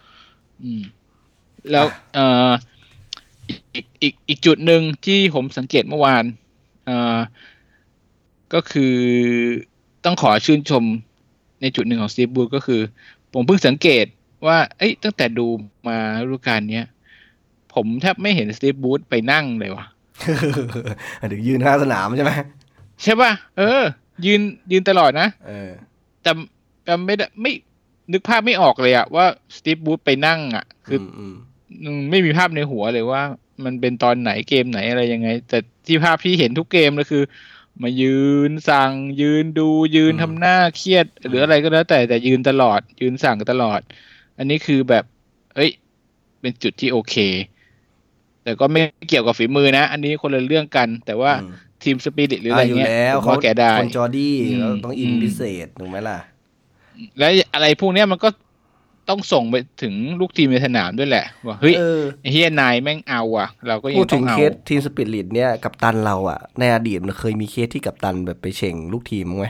แล้วอีกจุดหนึ่งที่ผมสังเกตเมื่อวานก็คือต้องขอชื่นชมในจุดหนึ่งของสตีฟบูธก็คือผมเพิ่งสังเกตว่าตั้งแต่ดูมาฤดูกาลนี้ผมแทบไม่เห็นสตีฟบูธไปนั่งเลยวะถึงยืนข้างสนามใช่ไหมใช่ป่ะยืนตลอดนะจำไม่นึกภาพไม่ออกเลยอะว่าสตีฟบูธไปนั่งอะคือไม่มีภาพในหัวเลยว่ามันเป็นตอนไหนเกมไหนอะไรยังไงแต่ที่ภาพที่เห็นทุกเกมเลยคือมายืนสั่งยืนดูยืนทำหน้าเครียดหรืออะไรก็แล้วแต่ยืนตลอดยืนสั่งตลอดอันนี้คือแบบเป็นจุดที่โอเคแต่ก็ไม่เกี่ยวกับฝีมือนะอันนี้คนละเรื่องกันแต่ว่าทีมสปิริตหรืออะไรเงี้ยผมว่าแกได้คนจอร์ดี้เราต้องอินพิเศษถูกไหมล่ะและอะไรพวกนี้มันก็ต้องส่งไปถึงลูกทีมในสนามด้วยแหละว่าเฮ้ยเฮียนายแม่งเอาอ่ะเราก็ยังต้องเอาพูดถึงเคสทีมสปิริตเนี่ยกัปตันเราอ่ะในอดีตมันเคยมีเคสที่กัปตันแบบไปเฉ่งลูกทีมมั้งไหม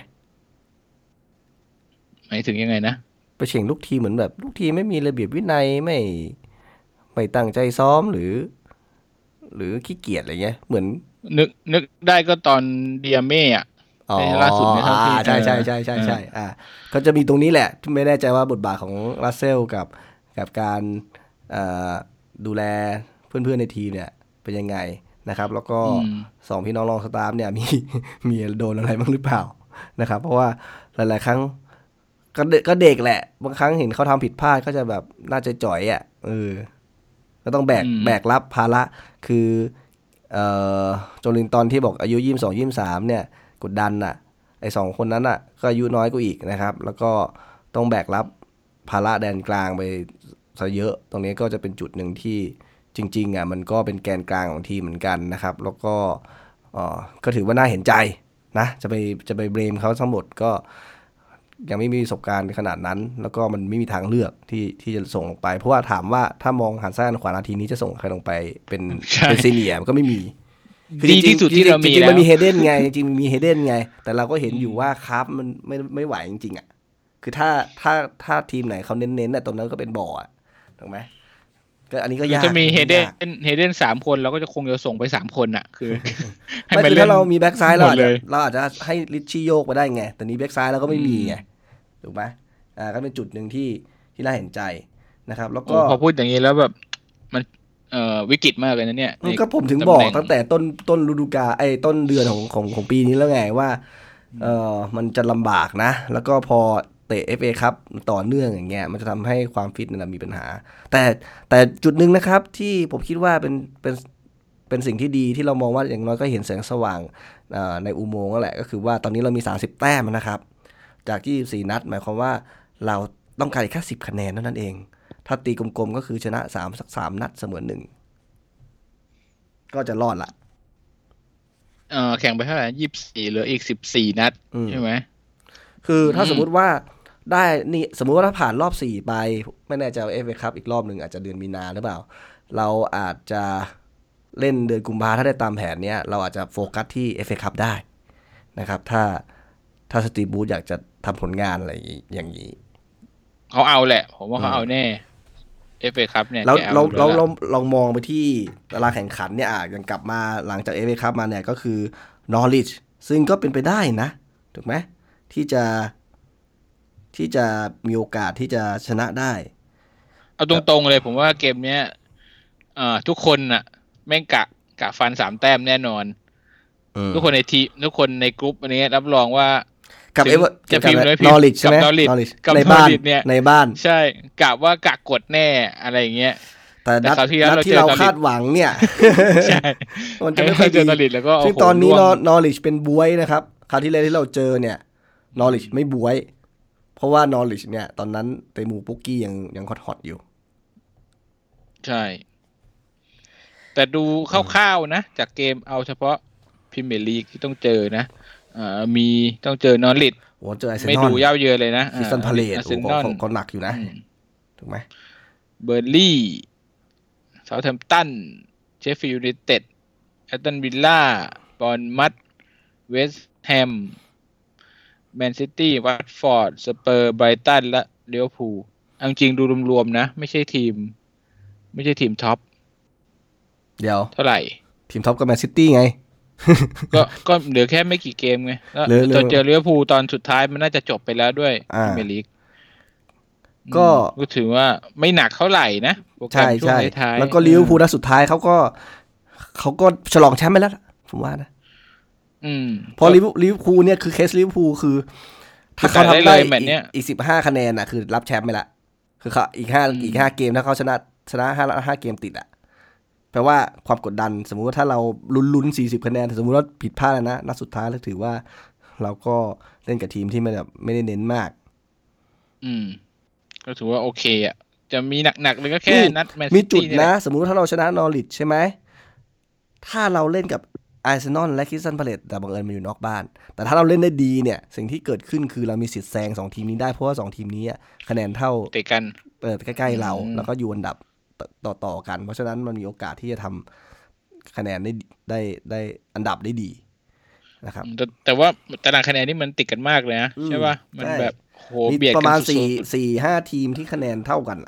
หมายถึงยังไงนะไปเฉ่งลูกทีมเหมือนแบบลูกทีมไม่มีระเบียบวินัยไม่ตั้งใจซ้อมหรือขี้เกียจอะไรเงี้ยเหมือนนึกได้ก็ตอนเดียเม่อะล่าสุดในทั้งที่ใช่ก็จะมีตรงนี้แหละไม่แน่ใจว่าบทบาทของรัสเซลกับการดูแลเพื่อนๆในทีมเนี่ยเป็นยังไงนะครับแล้วก็สองพี่น้องรองสตาฟเนี่ยมีโดนอะไรบ้างหรือเปล่านะครับเพราะว่าหลายๆครั้งก็เด็กแหละบางครั้งเห็นเขาทำผิดพลาดก็จะแบบน่าจะจ่อยอ่ะก็ต้องแบกรับภาระคือโจลินตันที่บอกอายุ22-23เนี่ยกดดันน่ะไอ้สองคนนั้นน่ะก็อายุน้อยกว่าอีกนะครับแล้วก็ต้องแบกรับภาระแดนกลางไปซะเยอะตรงนี้ก็จะเป็นจุดหนึ่งที่จริงๆอ่ะมันก็เป็นแกนกลางของทีมเหมือนกันนะครับแล้วก็ถือว่าน่าเห็นใจนะจะไปเบรมเขาทั้งหมดก็ยังไม่มีประสบการณ์ขนาดนั้นแล้วก็มันไม่มีทางเลือกที่จะส่งลงไปเพราะว่าถามว่าถ้ามองหันซ้ายหันขวานาทีนี้จะส่งใครลงไปเป็นซีเนียร์มันก็ไม่มีดีที่สุดที่เรามีแล้วมันมีเฮเดนไงจริงๆมีเฮเดนไงแต่เราก็เห็นอยู่ว่าครับมันไม่ไหวจริงๆอ่ะคือถ้าทีมไหนเขาเน้นๆน่ะตรงนั้นก็เป็นบ่ออ่ะถูกไหมก็อันนี้ก็ยากถ้ามีเฮเดน3 คนเราก็จะคงจะส่งไป3 คนอ่ะคือไม่คือถ้าเรามีแบ็กซ้ายเราอาจจะให้ลิชชี่โยกไปได้ไงแต่นี้แบ็กซ้ายเราก็ไม่มีไงถูกไหมก็เป็นจุดหนึ่งที่น่าเห็นใจนะครับแล้วก็พอพูดอย่างนี้แล้วแบบมันวิกฤตมากเลยนะเนี่ยก็ผมถึงบอกตั้งแต่ต้นฤดูกาลต้นเดือนของปีนี้แล้วไงว่ามันจะลำบากนะแล้วก็พอเตะ FA ครับต่อเนื่องอย่างเงี้ยมันจะทำให้ความฟิตนั้นมีปัญหาแต่จุดหนึ่งนะครับที่ผมคิดว่าเป็นสิ่งที่ดีที่เรามองว่าอย่างน้อยก็เห็นแสงสว่างในอุโมงค์นั่นแหละก็คือว่าตอนนี้เรามี30แต้มนะครับจาก24นัดหมายความว่าเราต้องการแค่10คะแนนเท่านั้นเองถ้าตีกลมๆก็คือชนะ3นัดเสมอ1ก็จะรอดละแข่งไปเท่าไหร่24เหลืออีก14นัดใช่ไหมคือถ้าสมมุติว่าได้นี่สมมุติว่าถ้าผ่านรอบ4ไปไม่แน่ใจว่า FA Cup อีกรอบนึงอาจจะเดือนมีนาหรือเปล่าเราอาจจะเล่นเดือนกุมภาถ้าได้ตามแผนเนี้ยเราอาจจะโฟกัสที่ FA Cup ได้นะครับถ้าสตีฟบูธอยากจะทำผลงานอะไรอย่างนี้เขาเอาแหละผมว่าเขาเอาแน่ FA Cup เนี่ยแล้วเรามองไปที่ตารางแข่งขันเนี่ยยังกลับมาหลังจาก FA Cup มาเนี่ยก็คือ Norwich ซึ่งก็เป็นไปได้นะถูกไหมที่จะมีโอกาสที่จะชนะได้เอาตรงๆเลยผมว่าเกมเนี้ยทุกคนน่ะแม่งกะฟัน3แต้มแน่นอนทุกคนในทีมทุกคนในกรุ๊ปอันนี้รับรองว่ากับจะพิมพ์เลยพิมพ์ Norwich ใช่ไหมกับในบ้านเนี่ยในบ้านใช่กะว่ากะกดแน่อะไรอย่างเงี้ยแต่นัดที่เราคาดหวังเนี่ยใช่มันจะไม่ค่อยเจอ Norwich แล้วก็ซึ่งตอนนี้Norwich เป็นบวยนะครับคราวที่แล้วที่เราเจอเนี่ยNorwich ไม่บวยเพราะว่า Norwich เนี่ยตอนนั้นเตมูปุกกี้ยังฮอตอยู่ใช่แต่ดูคร่าวๆนะจากเกมเอาเฉพาะพรีเมียร์ลีกที่ต้องเจอนะมีต้องเจอนอริทไม่ดูเย้าเยือนเลยนะซิสตันพาเลตก็หนักอยู่นะถูกไหมเบอร์ลี่เซาท์แฮมป์ตันเชฟฟิลด์ยูไนเต็ดแอสตันวิลล่าบอร์นมัธเวสต์แฮมแมนซิตี้วัตฟอร์ดสเปอร์ไบรตันและลิเวอร์พูลจริงดูรวมๆนะไม่ใช่ทีมท็อปเดี๋ยวเท่าไหร่ทีมท็อปก็แมนซิตี้ไงก็เหลือแค่ไม่กี่เกมไงแล้วเจอลิเวอร์พูลตอนสุดท้ายมันน่าจะจบไปแล้วด้วยพรีเมียร์ลีกก็ถือว่าไม่หนักเท่าไหร่นะโปรแกรมช่วงท้ายแล้วก็ลิเวอร์พูลนัดสุดท้ายเขาก็ฉลองแชมป์ไปแล้วผมว่านะพอลิเวอร์พูลเนี่ยคือเคสลิเวอร์พูลคือถ้าเขาทำได้อีก15คะแนนน่ะคือรับแชมป์ไปละคือเขาอีก5เกมถ้าเขาชนะ5เกมติดอ่ะแปลว่าความกดดันสมมุติว่าถ้าเราลุ้น40คะแนนสมมุติว่าผิดพลาดนะนัดสุดท้ายแล้วถือว่าเราก็เล่นกับทีมที่ไม่ได้เน้นมากก็ถือว่าโอเคอ่ะจะมีหนักๆเลยก็แค่นัดแมนซิตี้มีจุดนะสมมุติว่าถ้าเราชนะนอริทใช่ไหมถ้าเราเล่นกับอาร์เซนอลและคริสตัลพาเลซแต่บังเอิญมันอยู่นอกบ้านแต่ถ้าเราเล่นได้ดีเนี่ยสิ่งที่เกิดขึ้นคือเรามีสิทธิ์แซง2ทีมนี้ได้เพราะว่า2ทีมนี้คะแนนเท่าเตะกันใกล้ๆเราแล้วก็อยู่อันดับต่อกันเพราะฉะนั้นมันมีโอกาสที่จะทำคะแนนได้อันดับได้ดีนะครับแต่ว่าตารางคะแนนนี่มันติดกันมากเลยนะใช่ป่ะมันแบบโหเบียดกันประมาณ4-5ทีมที่คะแนนเท่ากัน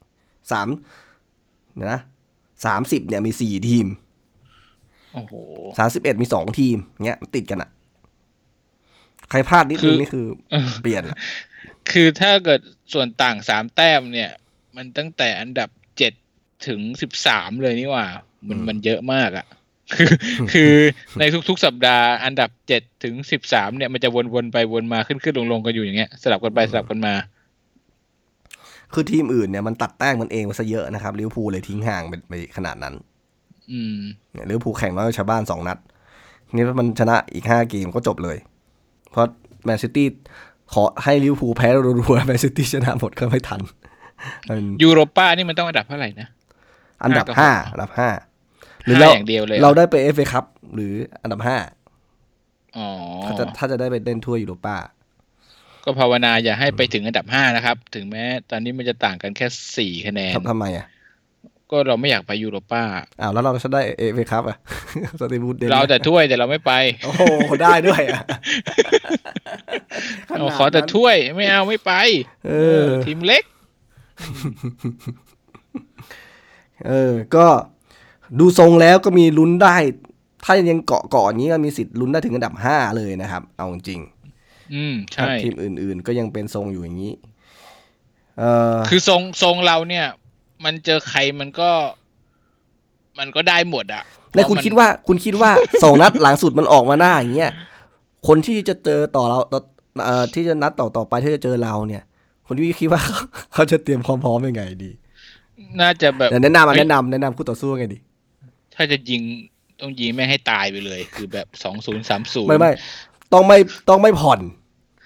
นะ30เนี่ยมี4ทีมโอ้โห 31มี2ทีมเงี้ยติดกันอ่ะใครพลาดนิดนึงนี่คือเปลี่ยนคือถ้าเกิดส่วนต่าง3แต้มเนี่ยมันตั้งแต่อันดับ7ถึง13เลยนี่หว่ามันเยอะมากอ่ะคือในทุกๆสัปดาห์อันดับ7ถึง13เนี่ยมันจะวนๆไปวนมาขึ้นๆลงๆกันอยู่อย่างเงี้ยสลับกันไปสลับกันมาคือทีมอื่นเนี่ยมันตัดแต้มมันเองมาซะเยอะนะครับลิเวอร์พูลเลยทิ้งห่างไปขนาดนั้นลิเวอร์พูลแข่งน้อยกว่าชาวบ้าน2นัดนี่มันชนะอีก5เกมก็จบเลยเพราะแมนซิตี้ขอให้ลิเวอร์พูลแพ้รัวๆแมนซิตี้ชนะหมดก็ไม่ทันยูโรป้านี่มันต้องอันดับเท่าไหร่นะอันดับ5หรือเราได้ไป FA Cup หรืออันดับ5ถ้าจะได้ไปเล่นทั่วยูโรป้าก็ภาวนาอย่าให้ไปถึงอันดับ5นะครับถึงแม้ตอนนี้มันจะต่างกันแค่4คะแนนทำไมอ่ะก็เราไม่อยากไปยูโรป้าแล้วเราจะได้ FA Cup อ่ะสตีบูธเราแต่ถ้วยแต่เราไม่ไปโอ้โหได้ด้วยอ่ะขอแต่ถ้วยไม่ไปทีมเล็กก็ดูทรงแล้วก็มีลุ้นได้ถ้ายังเกาะอย่างนี้ก็มีสิทธิ์ลุ้นได้ถึงอันดับ5เลยนะครับเอาจริงใช่ทีมอื่นๆก็ยังเป็นทรงอยู่อย่างนี้คือทรงเราเนี่ยมันเจอใครมันก็ได้หมดอ่ะแล้วคุณคิดว่า2นัดหลังสุดมันออกมาหน้าอย่างเงี้ยคนที่จะเจอต่อเราที่จะนัดต่อไปที่จะเจอเราเนี่ยคนที่คิดว่าเขาจะเตรียมความพร้อมยังไงดีน่าจะแบบแนะนำคู่ต่อสู้ไงดีถ้าจะยิงต้องยิงไม่ให้ตายไปเลยคือแบบ2030 ไม่ต้องไม่ผ่อน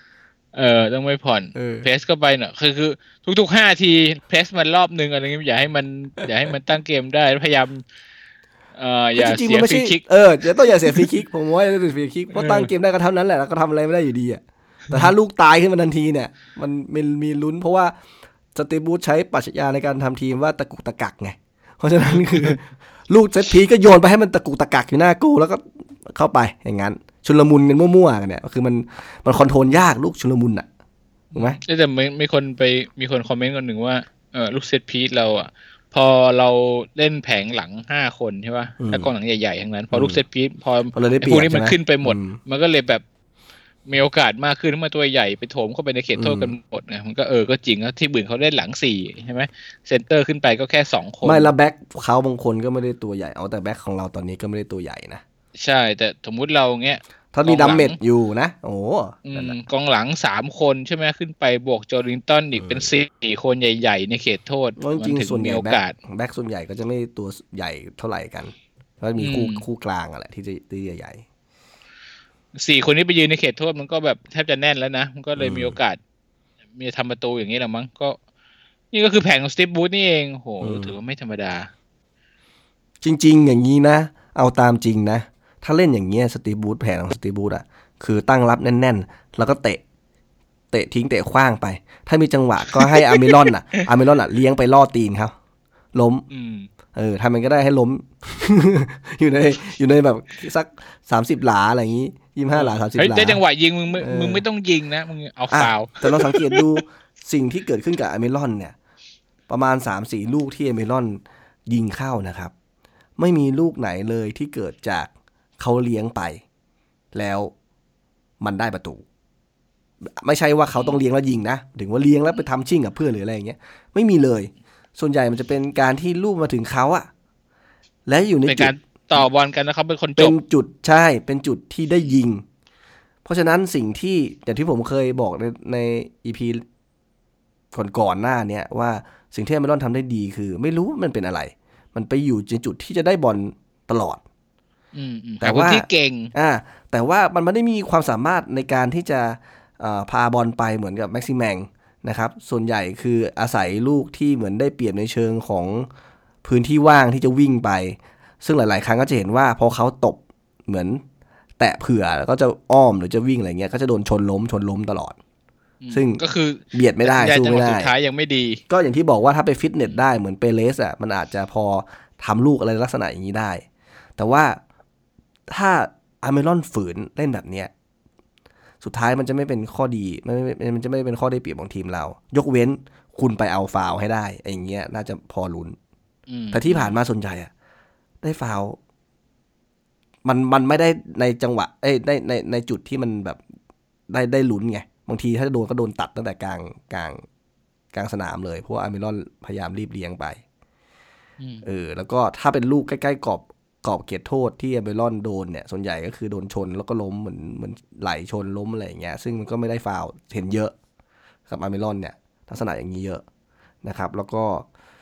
ต้องไม่ผ่อนเพสก็ไปเนอะคือทุกๆ5 ทีเพสมันรอบนึงอะไรเงี้ยอย่าให้มันตั้งเกมได้พยายามอย่าจริงๆเสีมันไม่ใช่ยฟรีคิกอย่าเสียฟรีคิกผมว่าอย่าเสียฟรีคิกเพราะตั้งเกมได้ก็เท่านั้นแหละแล้วก็ทำอะไรไม่ได้อยู่ดีอ่ะแต่ถ้าลูกตายขึ้นมาทันทีเนี่ยมันมีลุ้นเพราะว่าสตีบูธใช้ปรัชญาในการทำทีมว่าตะกุกตะกักไงเพราะฉะนั้นคือลูกเซตพีก็โยนไปให้มันตะกุกตะกักอยู่หน้ากูแล้วก็เข้าไปอย่างนั้นชุลมุนกันมั่วๆกันเนี่ยคือมันคอนโทรลยากลูกชุลมุนอ่ะถูกไหมแต่มีคนคอมเมนต์คนหนึ่งว่าลูกเซตพีซเราอ่ะพอเราเล่นแผงหลัง5 คนใช่ป่ะแล้วกองหลังใหญ่ๆทั้งนั้นพอลูกเซตพีซพอพวกนี้มันขึ้นไปหมดมันก็เลยแบบมีโอกาสมากขึ้นเมื่อตัวใหญ่ไปโถมเข้าไปในเขตโทษกันหมดไงมันก็ก็จริงแล้วที่อื่นเขาเล่นหลัง4ใช่ไหมเซนเตอร์ขึ้นไปก็แค่2 คนไม่ละแบ็คเขาบางคนก็ไม่ได้ตัวใหญ่เอาแต่แบ็คของเราตอนนี้ก็ไม่ได้ตัวใหญ่นะใช่แต่สมมุติเราเงี้ยถ้ามีดัมเมจอยู่นะโอ้กองหลัง3 คนใช่ไหมขึ้นไปบวกโจลิงตันอีกเป็น4 คนใหญ่ๆในเขตโทษจริงส่วนใหญ่โอกาสแบ็คส่วนใหญ่ก็จะไม่ตัวใหญ่เท่าไหร่กันก็มีคู่กลางอะไรที่จะใหญ่ 4 คนนี้ไปยืนในเขตโทษมันก็แบบแทบจะแน่นแล้วนะมันก็เลยมีโอกาสมีทำประตูอย่างนี้แหละมั้งก็นี่ก็คือแผนของสตีฟบูธนี่เองโหถือว่าไม่ธรรมดาจริงๆอย่างนี้นะเอาตามจริงนะถ้าเล่นอย่างเงี้ยสตีฟบูธแผนของสตีฟบูธอ่ะคือตั้งรับแน่นๆแล้วก็เตะทิ้งเตะขว้างไปถ้ามีจังหวะก็ให้อาร์เมรอนอ่ะเลี้ยงไปล่อตีนเขาล้มทำมันก็ได้ให้ล้ม อยู่ในแบบสัก30 หลาอะไรอย่างงี้25 หลา30 หลาได้จังหวะยิงมึงไม่ต้องยิงนะมึงเอาฟาวแต่เราสังเกตดูสิ่งที่เกิดขึ้นกับอาร์เมรอนเนี่ยประมาณ 3-4 ลูกที่อาร์เมรอนยิงเข้านะครับไม่มีลูกไหนเลยที่เกิดจากเขาเลี้ยงไปแล้วมันได้ประตูไม่ใช่ว่าเขาต้องเลี้ยงแล้วยิงนะถึงว่าเลี้ยงแล้วไปทำชิ่งกับเพื่อนหรืออะไรอย่างเงี้ยไม่มีเลยส่วนใหญ่มันจะเป็นการที่ลูกมาถึงเขาอะและอยู่ในจุดต่อบอลกันแล้วเขาเป็นคนจบเป็นจุดใช่เป็นจุดที่ได้ยิงเพราะฉะนั้นสิ่งที่อย่างที่ผมเคยบอกใน EP ก่อนหน้าเนี้ยว่าสิ่งที่อาร์เมรอนทำได้ดีคือไม่รู้มันเป็นอะไรมันไปอยู่ในจุดที่จะได้บอลตลอดแต่ว่าที่เก่งแต่ว่ามันไม่ได้มีความสามารถในการที่จะพาบอลไปเหมือนกับแม็กซิแมงนะครับส่วนใหญ่คืออาศัยลูกที่เหมือนได้เปรียบในเชิงของพื้นที่ว่างที่จะวิ่งไปซึ่งหลายๆครั้งก็จะเห็นว่าพอเขาตบเหมือนแตะเผื่อแล้วก็จะอ้อมหรือจะวิ่งอะไรเงี้ยก็จะโดนชนล้มตลอดซึ่งก็คือเบียดไม่ได้สู้ไม่ได้สุดท้ายยังไม่ดีก็อย่างที่บอกว่าถ้าไปฟิตเนสได้เหมือนเปเรสอ่ะมันอาจจะพอทำลูกอะไรลักษณะอย่างนี้ได้แต่ว่าถ้าอาร์เมรอนฝืนเล่นแบบเนี้ยสุดท้ายมันจะไม่เป็นข้อดีมันจะไม่เป็นข้อได้เปรียบของทีมเรายกเว้นคุณไปเอาฟาวให้ได้อย่างเงี้ยน่าจะพอลุ้นแต่ที่ผ่านมาส่วนใหญ่อะได้ฟาวมันไม่ได้ในจังหวะในจุดที่มันแบบได้ลุ้นไงบางทีถ้าโดนก็โดนตัดตั้งแต่กลางสนามเลยเพราะว่าอาร์เมรอนพยายามรีบเลี้ยงไปแล้วก็ถ้าเป็นลูกใกล้ๆกรอบเขตโทษที่อาร์เมรอนโดนเนี่ยส่วนใหญ่ก็คือโดนชนแล้วก็ล้มเหมือนไหลชนล้มอะไรอย่างเงี้ยซึ่งมันก็ไม่ได้ฟาวล์เห็นเยอะกับอาร์เมรอนเนี่ยลักษณะอย่างนี้เยอะนะครับแล้วก็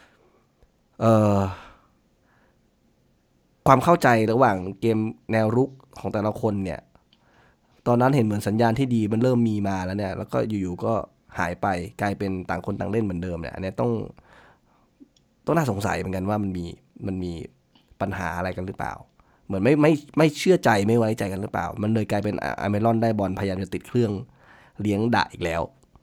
ความเข้าใจระหว่างเกมแนวรุกของแต่ละคนเนี่ยตอนนั้นเห็นเหมือนสัญญาณที่ดีมันเริ่มมีมาแล้วเนี่ยแล้วก็อยู่ๆก็หายไปกลายเป็นต่างคนต่างเล่นเหมือนเดิมเนี่ยอันนี้ต้องน่าสงสัยเหมือนกันว่ามันมีปัญหาอะไรกันหรือเปล่าเหมือนไม่เชื่อใจไม่ไว้ใจกันหรือเปล่ามันเลยกลายเป็นอาร์เมรอนได้บอลพยายามจะติดเครื่องเลี้ยงดะอีกแล้ว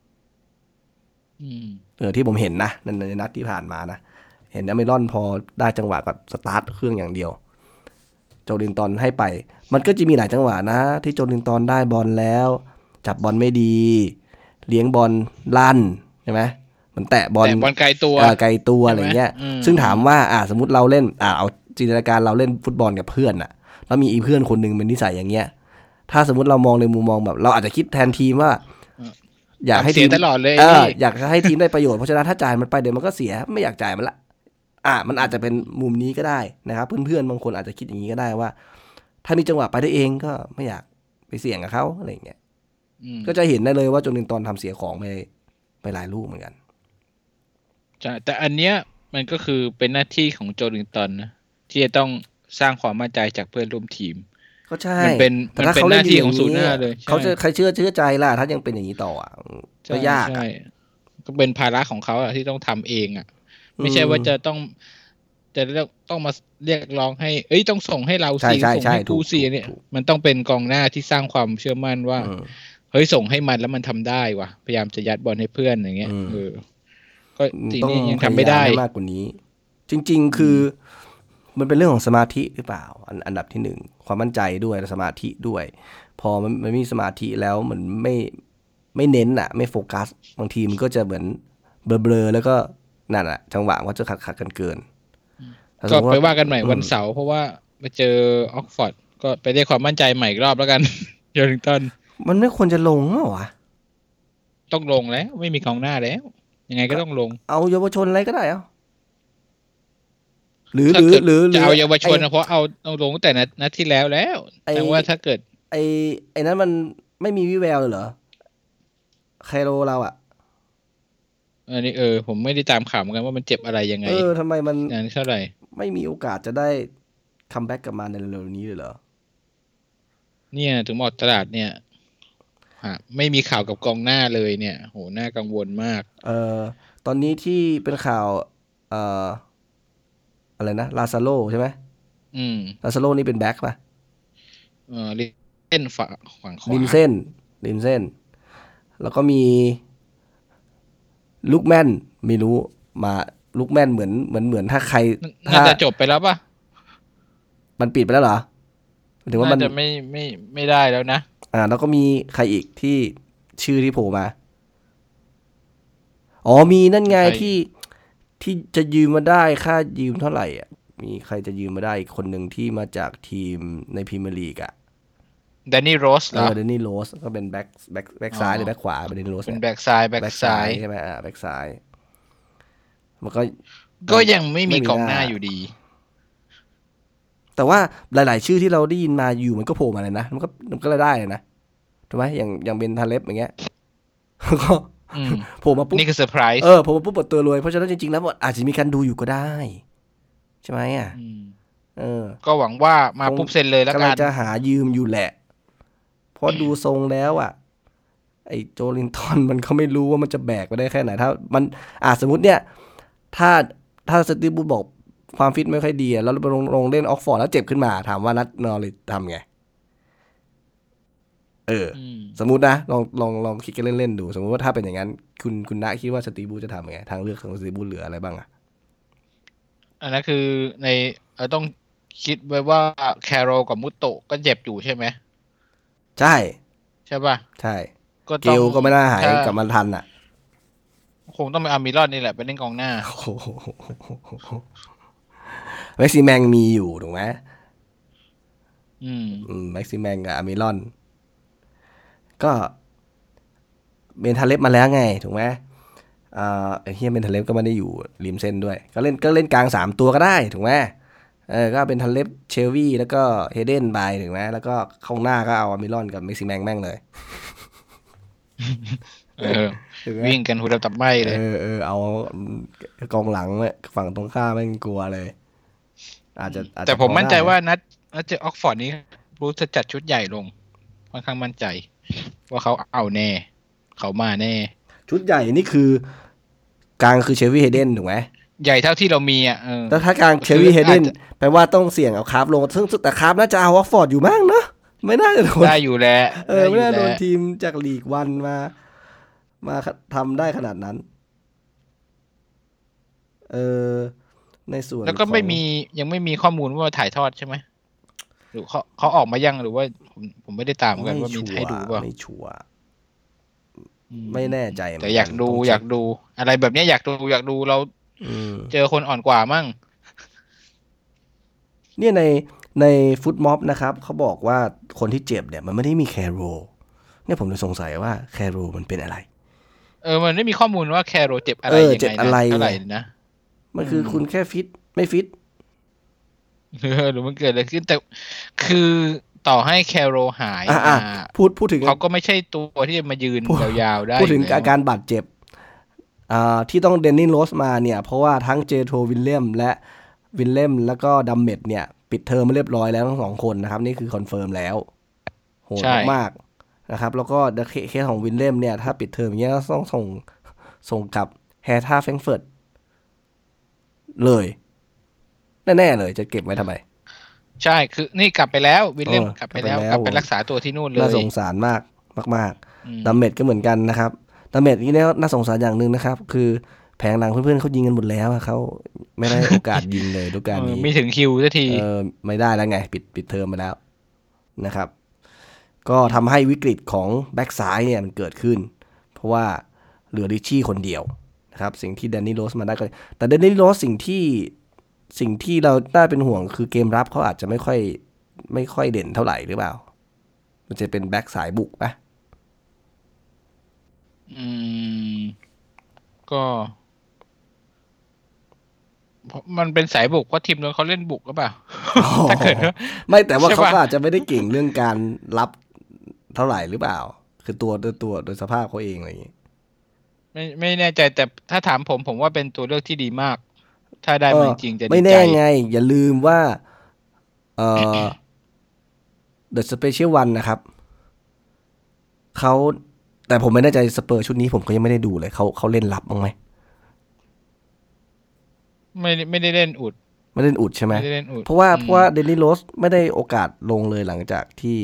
ที่ผมเห็นนะในนัดที่ผ่านมานะเห็นอาร์เมรอนพอได้จังหวะก็สตาร์ทเครื่องอย่างเดียวโจลินตันให้ไปมันก็จะมีหลายจังหวะนะที่โจลินตันได้บอลแล้วจับบอลไม่ดีเลี้ยงบอลลั่นใช่ไหมมันแตะบอลไกลตัวอะไรเงี้ยซึ่งถามว่าสมมติเราเล่นเอาจินตนาการเราเล่นฟุตบอลกับเพื่อนน่ะแล้วมีอีเพื่อนคนนึงเป็นนิสัยอย่างเงี้ยถ้าสมมติเรามองในมุมมองแบบเราอาจจะคิดแทนทีมว่าอยากให้ทีมตลอดเลยอยากให้ทีมได้ประโยชน์เพราะฉะนั้นถ้าจ่ายมันไปเดี๋ยวมันก็เสียไม่อยากจ่ายมันละมันอาจจะเป็นมุมนี้ก็ได้นะครับเพื่อนๆบางคนอาจจะคิดอย่างนี้ก็ได้ว่าถ้ามีจังหวะไปได้เองก็ไม่อยากไปเสี่ยงกับเขาอะไรอย่างเงี้ยก็จะเห็นได้เลยว่าโจลินตันทำเสียของไปหลายลูกเหมือนกันแต่อันเนี้ยมันก็คือเป็นหน้าที่ของโจลินตันนะที่จะต้องสร้างความมั่นใจจากเพื่อนร่วมทีมก็ใช่มันเป็นแต่ถ้าเขาหเล่น้านดีที่อขย่าองงศูนย์หนี้น้าเลยเขาจะใช่ใครเชื่อใจล่ะถ้ายังเป็นอย่างนี้ต่ออ่ะก็ยากอ่ะใช่ก็เป็นภาระของเขาอะที่ต้องทำเองอ่ะอืไม่ใช่ว่าจะมต้องมาเรียกร้องให้ ต้องส่งให้เราใช่สิใช่ส่งใช่ให้ถูกูกสิถูกเนี่ยถูกมันต้องเป็นกองหน้าที่สร้างความเชื่อมั่นว่าอืมเฮ้ยส่งให้มันแล้วมันทำได้ว่ะ พยายามจะยัดบอลให้เพื่อนอย่างเงี้ยอืมก็สิ่งต้องนี้ยังพทำยาไม่ยามได้ให้มากกว่านี้ จริง ๆ คือมันเป็นเรื่องของสมาธิหรือเปล่า อันดับที่หนึ่งความมั่นใจด้วยและสมาธิด้วย พอมันไม่มีสมาธิแล้วมันไม่เน้นอ่ะ ไม่โฟกัสบางทีมันก็จะเหมือนเบลอๆแล้วก็นั่นแหละจังหวะมันก็จะขัดกันเกินถ้าสก็มมติไปว่ากันใหม่อืมวันเสาร์เพราะว่าไปเจอออกฟอร์ดก็ไปเรียกความมั่นใจใหม่อีกรอบแล้วกัน เวลลิงตันมันไม่ควรจะลงเหรอวะต้องลงแล้ว ไม่มีกองหน้าแล้ว ยังไงก็ต้องลงเอาเยาวชนอะไรก็ได้เอาหรือถ้าเกิดหรือจะเอาเยาวชนไอ้เพราะเอาลงตั้งแต่นัดที่แล้วไอ้แต่ว่าถ้าเกิดไอ้นั้นมันไม่มีวิแววเลยเหรอไคโรเราอ่ะอันนี้ผมไม่ได้ตามข่าวเหมือนกันว่ามันเจ็บอะไรยังไงทำไมมันอันนี้เท่าไหร่ไม่มีโอกาสจะได้คัมแบ็กกลับมาในเร็วๆนี้เลยเหรอเนี่ยถึงหมดตลาดเนี่ยไม่มีข่าวกับกองหน้าเลยเนี่ยโหน่ากังวลมากตอนนี้ที่เป็นข่าวอะไรนะลาซาโลใช่ไหมลาซาโลนี่เป็นแบ็กป่ะเล่นฝั่งขวาริมเส้นแล้วก็มีลูกแม่นไม่รู้มาลูกแม่นเหมือนถ้าใครน่าจะจบไปแล้วป่ะมันปิดไปแล้วเหรอถึงว่ามันน่าจะไม่ได้แล้วนะแล้วก็มีใครอีกที่ชื่อที่โผล่มามีนั่นไงใครที่จะยืมมาได้ค่ายืมเท่าไหร่อ่ะมีใครจะยืมมาได้อีกคนหนึ่งที่มาจากทีมในพรีเมียร์ลีกอ่ะแดนนี่โรสเหรอเดนนี่โรสก็เป็นแบ็กซ้ายหรือแบ็กขวาเป็นเดนนี่โรสเป็นแบ็กซ้ายใช่ไหมแบ็กซ้ายมันก็ยังไม่มีกองหน้าอยู่ดีแต่ว่าหลายๆชื่อที่เราได้ยินมาอยู่มันก็โผล่มาเลยนะมันก็ได้เลยนะถูกไหมอย่างเบนทาเลฟอย่างเงี้ยก็โผล่มาปุ๊บนี่คือเซอร์ไพรส์โผล่มาปุ๊บเปิดตัวรวยเพราะฉะนั้นจริงๆแล้วอาจจะมีการดูอยู่ก็ได้ใช่ไหมอ่ะก็หวังว่ามาปุ๊บเซ็นเลยแล้วกันกำลังจะหายืมอยู่แหละเพราะดูทรงแล้วอ่ะไอ้โจลินตันมันก็ไม่รู้ว่ามันจะแบกไปได้แค่ไหนถ้ามันสมมติเนี่ยถ้าสตีฟบูธบอกความฟิตไม่ค่อยดีแล้วลงเล่นออกฟอร์ดแล้วเจ็บขึ้นมาถามว่านัดนอริทำไงสมมุตินะลองคิดกันเล่นๆดูสมมุติว่าถ้าเป็นอย่างนั้นคุณณคิดว่าสตีฟบูธจะทำไงทางเลือกของสตีฟบูธเหลืออะไรบ้างอ่ะอันนั้นคือในต้องคิดไว้ว่าแคโรกับมุตโตะก็เจ็บอยู่ใช่ไหมใช่ป่ะใช่เกลก็ไม่น่าหายกลับมาทันอ่ะคงต้องเป็นอามิรอนนี่แหละเป็นเล่นกองหน้าแม็กซิแมงมีอยู่ถูกไหมแม็กซิแมงกับอามิรอนก็เบนทาเลฟมาแล้วไงถูกไหมเฮียเบนทาเลฟก็ไม่ได้อยู่ริมเส้นด้วยก็เล่นกลาง3ตัวก็ได้ถูกไหมก็เป็นทาเลฟเชลวี่แล้วก็เฮเดนไปถูกไหมแล้วก็ข้างหน้าก็เอาอามิรอนกับแม็กซิแมงแม่งเลยวิ่งกันหูดับตับไหมเลยเอากองหลังฝั่งตรงข้ามแม่งกลัวเลยอาจจะแต่ผมมั่นใจว่านัดเจอออกฟอร์ดนี้รู้จะจัดชุดใหญ่ลงค่อนข้างมั่นใจว่าเขาเอาแน่เขามาแน่ชุดใหญ่นี่คือกลางคือเชลวี่เฮเดนถูกไหมใหญ่เท่าที่เรามีแต่ถ้ากลางเชลวี่เฮเดนแปลว่าต้องเสี่ยงเอาคาร์ฟลงซึ่งแต่คาร์ฟน่าจะเอาออกฟอร์ดอยู่มั้งเนาะไม่น่าจะโดนได้อยู่แล้วไม่น่าโดนทีมจากลีกวันมาทำได้ขนาดนั้นในส่วนแล้วก็ยังไม่มีข้อมูลว่าถ่ายทอดใช่ไหมหรือเขาออกมายังหรือว่าผมไม่ได้ตามกันว่ามีให้ดูป่ะไม่ชัวร์ไม่แน่ใจแต่อยากดูอะไรแบบนี้อยากดูเราเจอคนอ่อนกว่ามั่งเนี่ยในฟุตม็อบนะครับเขาบอกว่าคนที่เจ็บเนี่ยมันไม่ได้มีแคโรเนี่ยผมเลยสงสัยว่าแคโรมันเป็นอะไรมันไม่มีข้อมูลว่าแคโรเจ็บอะไรยังไงเจ็บอะไรเท่าไหร่นะมันคือคุณแค่ฟิตไม่ฟิตหรือมันเกิดอะไรขึ้นแต่คือต่อให้แคโรหายพูดถึงเขาก็ไม่ใช่ตัวที่จะมายืนยาวๆได้พูดถึงอาการบาดเจ็บที่ต้องเดนนิสโรสมาเนี่ยเพราะว่าทั้งเจโทวิลเลียมและวินเลมแล้วก็ดัมเมดเนี่ยปิดเทอมมาเรียบร้อยแล้วทั้ง2คนนะครับนี่คือคอนเฟิร์มแล้วโหดมากๆนะครับแล้วก็เคสของวินเลมเนี่ยถ้าปิดเทอมอย่างเงี้ยก็ต้องส่งกับแฮร์ท่าแฟรงก์เฟิร์ตเลยแน่ๆเลยจะเก็บไว้ทำไมใช่คือนี่กลับไปแล้ววิลเลียมกลับไปแล้วกลับไปรักษาตัวที่นู่นเลยน่าสงสารมากดัมเมดก็เหมือนกันนะครับดัมเมดนี่น่าสงสารอย่างนึงนะครับคือแผงหลังเพื่อนๆเขายิงกันหมดแล้วเขาไม่ได้โอกาสยิงเลยทุกการนี้ไม่ถึงคิวสักทีไม่ได้แล้วไงปิดเทอมไปแล้วนะครับก็ทำให้วิกฤตของแบ็กซ้ายเนี่ยมันเกิดขึ้นเพราะว่าเหลือริชชี่คนเดียวนะครับสิ่งที่แดนนี่โรสมาได้ก็แต่แดนนี่โรสสิ่งที่เราน่าเป็นห่วงคือเกมรับเขาอาจจะไม่ค่อยเด่นเท่าไหร่หรือเปล่ามันจะเป็นแบ็กสายบุกปะก็มันเป็นสายบุกเพราะทีมนู้นเขาเล่นบุกหรือเปล่าถ้าเกิดไม่แต่ว่าเขาก็อาจจะไม่ได้เก่งเรื่องการรับเท่าไหร่หรือเปล่าคือตัวโดยสภาพเขาเองอะไรอย่างงี้ไม่แน่ใจแต่ถ้าถามผมว่าเป็นตัวเลือกที่ดีมากถ้าได้มาจริงจะดีใจไม่แน่ไงอย่าลืมว่าThe Special One นะครับเขาแต่ผมไม่แน่ใจสเปอร์ชุดนี้ผมก็ยังไม่ได้ดูเลยเขาเล่นรับบ้างไหมไม่ได้เล่นอุดไม่เล่นอุดใช่ไหมเพราะว่าเดนนี่โรสไม่ได้โอกาสลงเลยหลังจากที่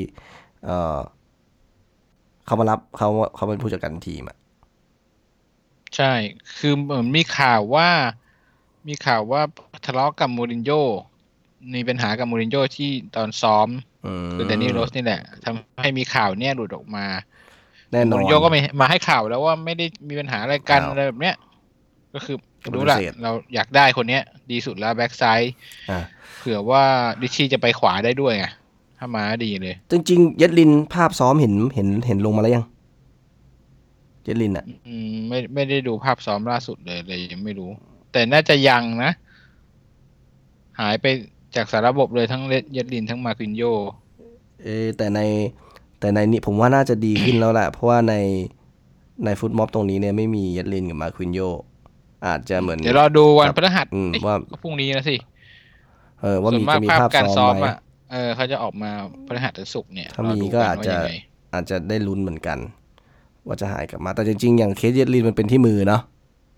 เขามารับเขาเป็นผู้จัดการทีมอ่ะใช่คือเหมือนมีข่าวว่าทะเลาะกับมูรินโญ่มีปัญหากับมูรินโญ่ที่ตอนซ้อมคือเดนนี่โรสนี่แหละทำให้มีข่าวเนี้ยหลุดออกมาแน่นอนมูรินโญ่ก็มาให้ข่าวแล้วว่าไม่ได้มีปัญหาอะไรกันอะไรแบบเนี้ยก็คือรู้ละเราอยากได้คนเนี้ยดีสุดแล้วแบ็กไซด์เผื่อว่าดิชี่จะไปขวาได้ด้วยไงถ้ามาดีเลยจริงๆเยดลินภาพซ้อมเห็นลงมาแล้วยังเยดลินอ่ะไม่ได้ดูภาพซ้อมล่าสุดเลยยังไม่รู้แต่น่าจะยังนะหายไปจากสารระบบเลยทั้งเยดลินทั้งมาคินโยแต่ในนี้ผมว่าน่าจะดีขึ้นแล้วแหละเพราะว่าในฟุตม็อบตรงนี้เนี่ยไม่มีเยดลินกับมาคินโยอาจจะเหมือนเดี๋ยวรอดูวันพฤหัสว่าพรุ่งนี้นะสิว่ามีจะมีภาพซ้อมไหมเขาจะออกมาพฤหัสหรือศุกร์เนี่ยถ้ามีก็อาจจะได้ลุ้นเหมือนกันว่าจะหายกลับมาแต่จริงๆอย่างเคสเยดลินมันเป็นที่มือเนาะ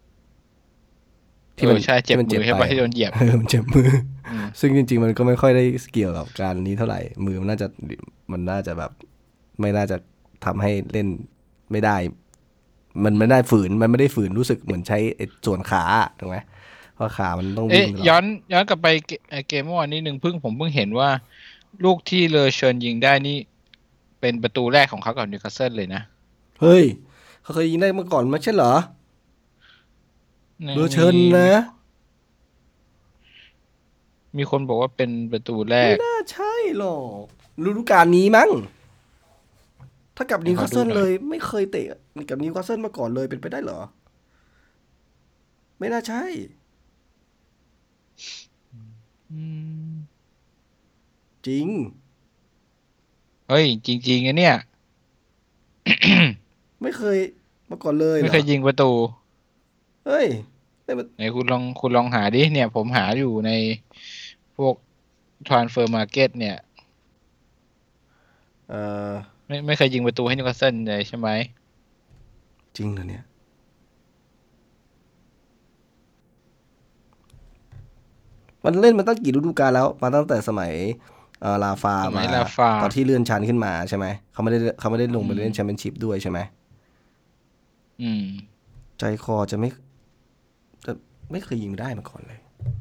ที่มันใช่เจ็บมือใช่ป่ะที่โดนเหยียบมันเจ็บมือซึ่งจริงๆมันก็ไม่ค่อยได้เกี่ยวกับการนี้เท่าไหร่มือมันน่าจะแบบไม่น่าจะทำให้เล่นไม่ได้มันไม่ได้ฝืนมันไม่ได้ฝืนรู้สึกเหมือนใช้ส่วนขาถูกไหมเพราะขามันต้องวิ่งย้อนกลับไปเกมเมื่อวานนี้ผมเพิ่งเห็นว่าลูกที่เลอเชิญยิงได้นี่เป็นประตูแรกของเขากับนิวคาสเซิลเลยนะเฮ้ยเขาเคยยิงได้มาก่อนไม่ใช่เหรอเลอเชิญนะมีคนบอกว่าเป็นประตูแรกไม่น่าใช่หรอกฤดูกาลนี้มั้งถ้ากับนิวคาสเซิลเลยไม่เคยเตะกับนิวคาสเซิลมาก่อนเลยเป็นไปได้เหรอไม่น่าใช่จริงเฮ้ยจริงๆเนี่ยไม่เคยมาก่อนเลยไม่เคยยิงประตูเฮ้ยไหนคุณลองหาดิเนี่ยผมหาอยู่ในพวก Transfer Market เนี่ยไม่เคยยิงประตูให้นิวคาสเซิลเลยใช่ไหมจริงเหรอเนี่ยมันเล่นมาตั้งกี่ฤดูกาลแล้วมาตั้งแต่สมัยลาฟามาตอนที่เลื่อนชั้นขึ้นมาใช่ไหมเขาไม่ได้ลงไปเล่นแชมเปี้ยนชิพด้วยใช่ไหมใจคอจะไม่เคยยิงได้มาก่อนเลย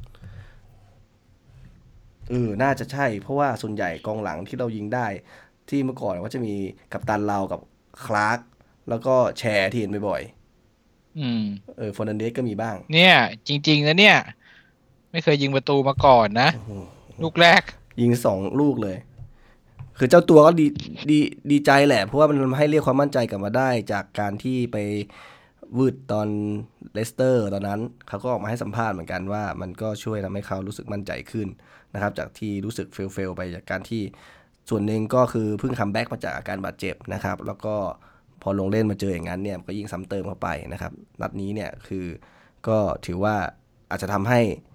น่าจะใช่เพราะว่าส่วนใหญ่กองหลังที่เรายิงได้ที่เมื่อก่อนก็จะมีกัปตันเรากับคลาร์กแล้วก็แชร์ที่เห็นบ่อยฟอร์นันเดสก็มีบ้างเนี่ยจริงๆนะเนี่ยไม่เคยยิงประตูมาก่อนนะลูกแรกยิง2ลูกเลยคือเจ้าตัวก็ดีใจแหละเพราะว่ามันให้เรียกความมั่นใจกลับมาได้จากการที่ไปวืดตอนเลสเตอร์ตอนนั้นเขาก็ออกมาให้สัมภาษณ์เหมือนกันว่ามันก็ช่วยทำให้เขารู้สึกมั่นใจขึ้นนะครับจากที่รู้สึกเฟลไปจากการที่ส่วนหนึ่งก็คือเพิ่งคัมแบ็กมาจากอาการบาดเจ็บนะครับแล้วก็พอลงเล่นมาเจออย่างนั้นเนี่ยก็ยิ่งซ้ำเติมเข้าไปนะครับนัดนี้เนี่ยคือก็ถือว่าอาจจะทำให้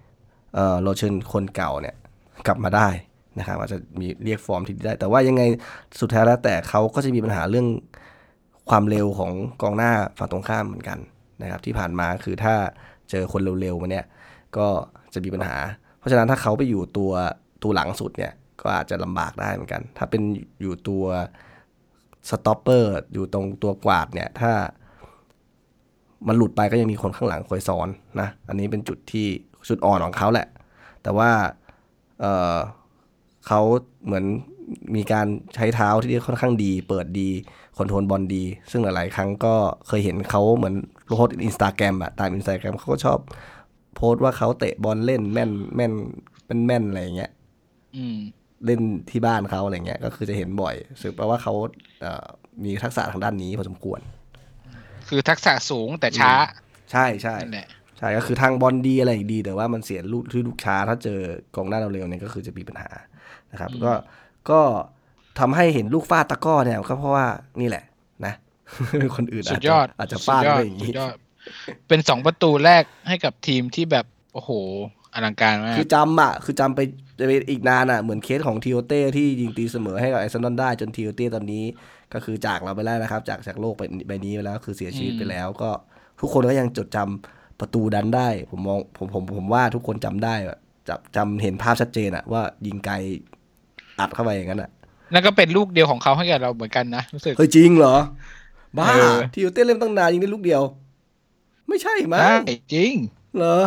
เราเชิญคนเก่าเนี่ยกลับมาได้นะครับอาจจะมีเรียกฟอร์มที่ได้แต่ว่ายังไงสุดท้ายแล้วแต่เขาก็จะมีปัญหาเรื่องความเร็วของกองหน้าฝั่งตรงข้ามเหมือนกันนะครับที่ผ่านมาคือถ้าเจอคนเร็วๆมาเนี่ยก็จะมีปัญหาเพราะฉะนั้นถ้าเขาไปอยู่ตัวหลังสุดเนี่ยก็อาจจะลำบากได้เหมือนกันถ้าเป็นอยู่ตัวสต็อปเปอร์อยู่ตรงตัวกวาดเนี่ยถ้ามันหลุดไปก็ยังมีคนข้างหลังคอยซ้อนนะอันนี้เป็นจุดอ่อนของเขาแหละแต่ว่าเเขาเหมือนมีการใช้เท้าที่ค่อนข้างดีเปิดดีคอนโทรลบอลดีซึ่งหลายๆครั้งก็เคยเห็นเขาเหมือนโพสต์Instagram อะตาม Instagram เขาก็ชอบโพสต์ว่าเขาเตะบอลเล่นแม่นแม่นเป็นแม่นอะไรอย่างเงี้ยเล่นที่บ้านเขาอะไรเงี้ยก็คือจะเห็นบ่อยซึ่งแปลว่าเขามีทักษะทางด้านนี้พอสมควรคือทักษะสูงแต่ช้าใช่ใช่ใช่ก็คือทางบอลดีอะไรดีแต่ว่ามันเสียลูกช้าถ้าเจอกองหน้าเร็วๆเนี่ยก็คือจะมีปัญหานะครับก็ทำให้เห็นลูกฟาดตะก้อเนี่ยก็เพราะว่านี่แหละนะคนอื่นอาจจะฟาดไม่อย่างนี้เป็น2ประตูแรกให้กับทีมที่แบบโอ้โหอลังการมากคือจำไปอีกนานเหมือนเคสของทีโอเต้ที่ยิงตีเสมอให้กับไอซ์นอนได้จนทีโอเต้ตอนนี้ก็คือจากเราไปแล้วนะครับจากโลกใบนี้ไปแล้วคือเสียชีวิตไปแล้วก็ทุกคนก็ยังจดจำประตูดันได้ผมว่าทุกคนจำได้จำเห็นภาพชัดเจนว่ายิงไกลอัดเข้าไปอย่างนั้นนั่นก็เป็นลูกเดียวของเขาให้กับเราเหมือนกันนะรู้สึกเฮ้ยจริงเหรอบ้าทีโอเต้เล่นตั้งนานยิงได้ลูกเดียวไม่ใช่มั้งจริงเหรอ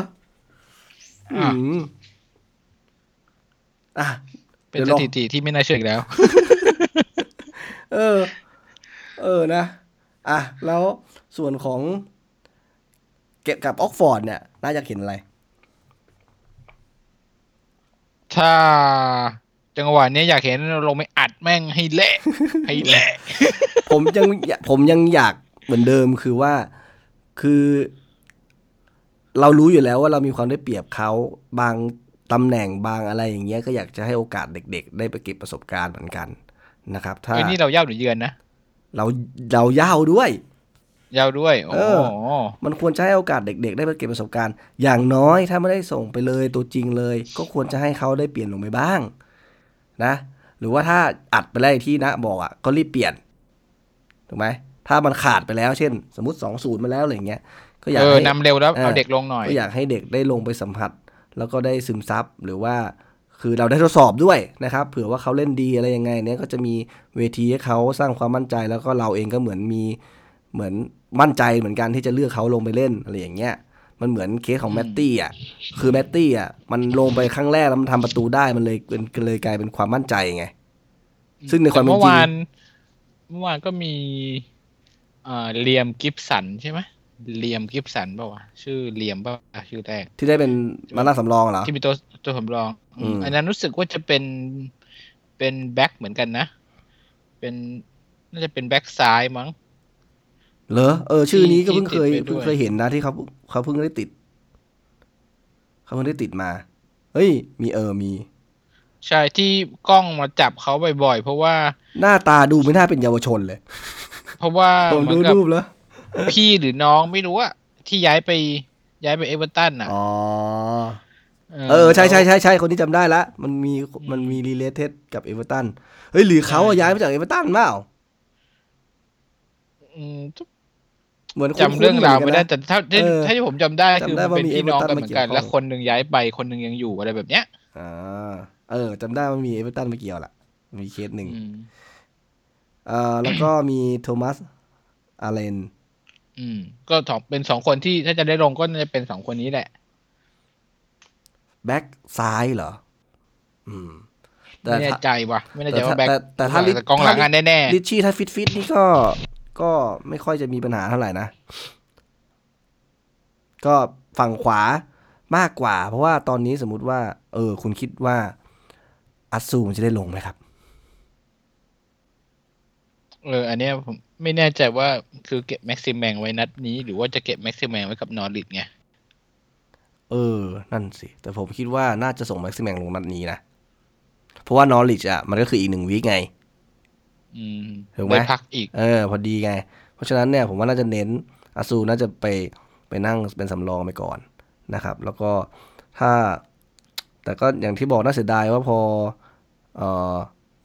เป็นสถิติที่ไม่น่าเชื่ออีกแล้วนะแล้วส่วนของเก็บกับออกฟอร์ดเนี่ยน่าจะเห็นอะไรถ้าจังหวะนี้อยากเห็นลงไปอัดแม่งให้เละให้เละผมยังอยากเหมือนเดิมคือว่าคือเรารู้อยู่แล้วว่าเรามีความได้เปรียบเขาบางตำแหน่งบางอะไรอย่างเงี้ยก็อยากจะให้โอกาสเด็กๆได้ไปเก็บประสบการณ์เหมือนกันนะครับถ้านี่เราเย้าหรือเยือนนะเราเย้าด้วยมันควรจะให้โอกาสเด็กๆได้ไปเก็บประสบการณ์อย่างน้อยถ้าไม่ได้ส่งไปเลยตัวจริงเลยก็ควรจะให้เขาได้เปลี่ยนลงไปบ้างนะหรือว่าถ้าอัดไปแล้วที่นะบอกก็รีบเปลี่ยนถูกไหมถ้ามันขาดไปแล้วเช่นสมมติ 2-0 มาแล้วอะไรเงี้ยก็อยากให้นำเร็วแล้วเอาเด็กลงหน่อยก็อยากให้เด็กได้ลงไปสัมผัสแล้วก็ได้ซึมซับหรือว่าคือเราได้ทดสอบด้วยนะครับเผื่อว่าเขาเล่นดีอะไรยังไงเนี่ยก็จะมีเวทีให้เขาสร้างความมั่นใจแล้วก็เราเองก็เหมือนมั่นใจเหมือนกันที่จะเลือกเขาลงไปเล่นอะไรอย่างเงี้ยมันเหมือนเคสของแมตตี้คือแมตตี้มันลงไปครั้งแรกแล้วมันทำประตูได้มันเลยกลายเป็นความมั่นใจไงซึ่งในความเป็นจริงเมื่อวานก็มีเลียมกิฟสันใช่ไหมเลียมกิฟสันป่าวะชื่อเลียมป่ะชื่อแรกที่ได้เป็นมาล่าสำรองเหรอที่มีตัวสำรองอันนั้นรู้สึกว่าจะเป็นแบ็คเหมือนกันนะน่าจะเป็นแบ็คซ้ายมั้งเหรอชื่อนี้ก็เพิ่งเคยเห็นนะที่เขาเพิ่งได้ติดมาเฮ้ยมีใช่ที่กล้องมาจับเขาบ่อยๆเพราะว่าหน้าตาดูไม่น่าเป็นเยาวชนเลยเพราะว่าผมดูรูปแล้วพี่หรือน้องไม่รู้อะที่ย้ายไปเอเวอร์ตันใช่คนที่จำได้ละมันมีรีเลทเทดกับเอเวอร์ตันเฮ้ยหรือเขาย้ายมาจากเอเวอร์ตันเปล่าเหมือนจำเรื่องราวไม่ได้แต่ถ้าที่ผมจำได้คือมันเป็นพี่น้องกันเหมือนกันแล้วคนนึงย้ายไปคนนึงยังอยู่อะไรแบบเนี้ยจำได้ว่ามีเอเวอร์ตันมาเกี่ยวล่ะมีเคสหนึ่งแล้วก็มีโทมัสอาเลนก็เป็น2คนที่ถ้าจะได้ลงก็จะเป็น2คนนี้แหละแบ็คซ้ายเหรอไม่แน่ใจว่ะไม่แน่ใจว่าแบ็คแต่ถ้ากองหลังแน่ๆลิชชี่ถ้าฟิตนี่ก็ไม่ค่อยจะมีปัญหาเท่าไหร่นะก็ฝั่งขวามากกว่าเพราะว่าตอนนี้สมมุติว่าคุณคิดว่าอัสซูมันจะได้ลงไหมครับอันนี้ผมไม่แน่ใจว่าคือเก็บแม็กซิมแมงไว้นัดนี้หรือว่าจะเก็บแม็กซิมแมงไว้กับนอริทไงนั่นสิแต่ผมคิดว่าน่าจะส่งแม็กซิมแมงลงนัดนี้นะเพราะว่านอริทมันก็คืออีก1 วีคไงถูกไหมพักอีกพอดีไงเพราะฉะนั้นเนี่ยผมว่าน่าจะเน้นอัสซูน่าจะไปนั่งเป็นสำรองไปก่อนนะครับแล้วก็ถ้าแต่ก็อย่างที่บอกน่าเสียดายว่าพอเอ่อ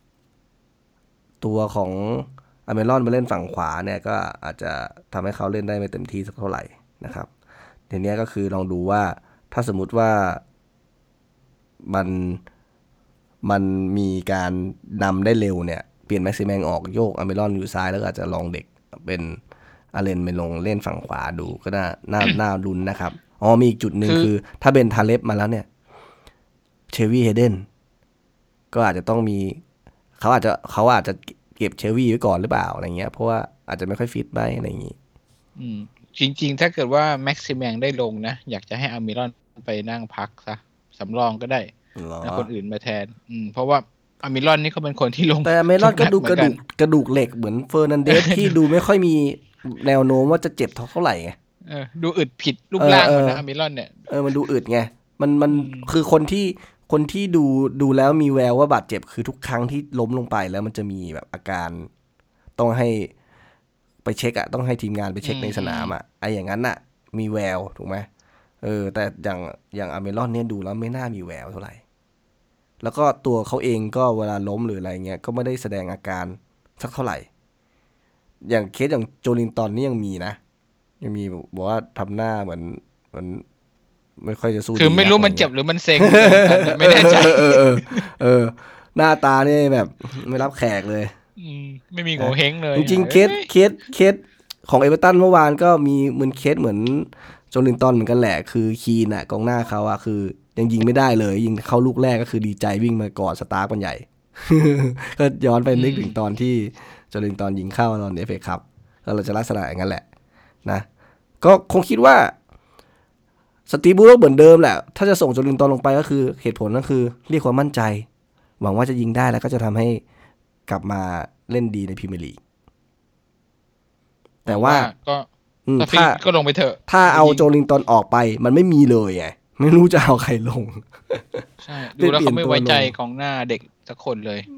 ตัวของอเมรอนมาเล่นฝั่งขวาเนี่ยก็อาจจะทำให้เขาเล่นได้ไม่เต็มที่สักเท่าไหร่นะครับทีนี้ก็คือลองดูว่าถ้าสมมุติว่ามันมันมีการนำได้เร็วเนี่ยเปลี่ยนแม็กซิแมงออกโยกอเมรอนอยู่ซ้ายแล้วก็อาจจะลองเด็กเป็นอาเลนไปลงเล่นฝั่งขวาดูก็น่าลุ้นนะครับมีอีกจุดหนึ่งคือถ้าเป็นทาเลฟมาแล้วเนี่ยเชวี่เฮเดนก็อาจจะต้องมีเขาอาจจะเก็บเชวี่ไว้ก่อนหรือเปล่าอะไรเงี้ยเพราะว่าอาจจะไม่ค่อยฟิตไปอะไรอย่างงี้จริงๆถ้าเกิดว่าแม็กซิแมงได้ลงนะอยากจะให้อามิรอนไปนั่งพักซะสำรองก็ได้แล้วคนอื่นมาแทนเพราะว่าอามิรอนนี่เขาเป็นคนที่ลงแต่อามิรอนก็ดูกระดูกเหล็กเหมือนเฟอร์นันเดส ที่ดูไม่ค่อยมีแนวโน้มว่าจะเจ็บเท่าไหร่ไงดูอึดผิดรูปร่างนะอามิรอนเนี่ยมันดูอึดไงมันคือคนที่ดูแล้วมีแววว่าบาดเจ็บคือทุกครั้งที่ล้มลงไปแล้วมันจะมีแบบอาการต้องให้ไปเช็คอะต้องให้ทีมงานไปเช็คในสนามอะไออย่างนั้นอะมีแววถูกไหมแต่อย่างอาเมรอนเนี่ยดูแล้วไม่น่ามีแววเท่าไหร่แล้วก็ตัวเขาเองก็เวลาล้มหรืออะไรเงี้ยก็ไม่ได้แสดงอาการสักเท่าไหร่อย่างเคสอย่างโจลินตันนี่ยังมีนะยังมีบอกว่าทำหน้าเหมือนไม่ค่อยจะสู้คือไม่รู้มันเจ็บหรือมันเซ็งไม่แน่ใจหน้าตาเนี่ยแบบไม่รับแขกเลยไม่มีโง่เฮงเลยจริงๆเคสของเอเวอร์ตันเมื่อวานก็มีเคสเหมือนโจลินตันเหมือนกันแหละคือคีนน่ะกองหน้าเขาอะคือยังยิงไม่ได้เลยยิงเข้าลูกแรกก็คือดีใจวิ่งมากอดสตาร์กมันใหญ่ ก็ย้อนไปนึกถึงตอนที่โจลินตันยิงเข้าตอนเอฟเอคัพแล้วเราจะลักษณะอย่างนั้นแหละนะก็คงคิดว่าสตีฟบูธเหมือนเดิมแหละถ้าจะส่งโจลินตันลงไปก็คือเหตุผลก็คือเรียกความมั่นใจหวังว่าจะยิงได้แล้วก็จะทำให้กลับมาเล่นดีในพรีเมียร์ลีกแต่ว่าถ้าก็ลงไปเถอะถ้าเอาโจลินตันออกไปมันไม่มีเลยไงไม่รู้จะเอาใครลงใช่ดูแล้วเขาไม่ไว้ใจกองหน้าเด็กสักคนเลย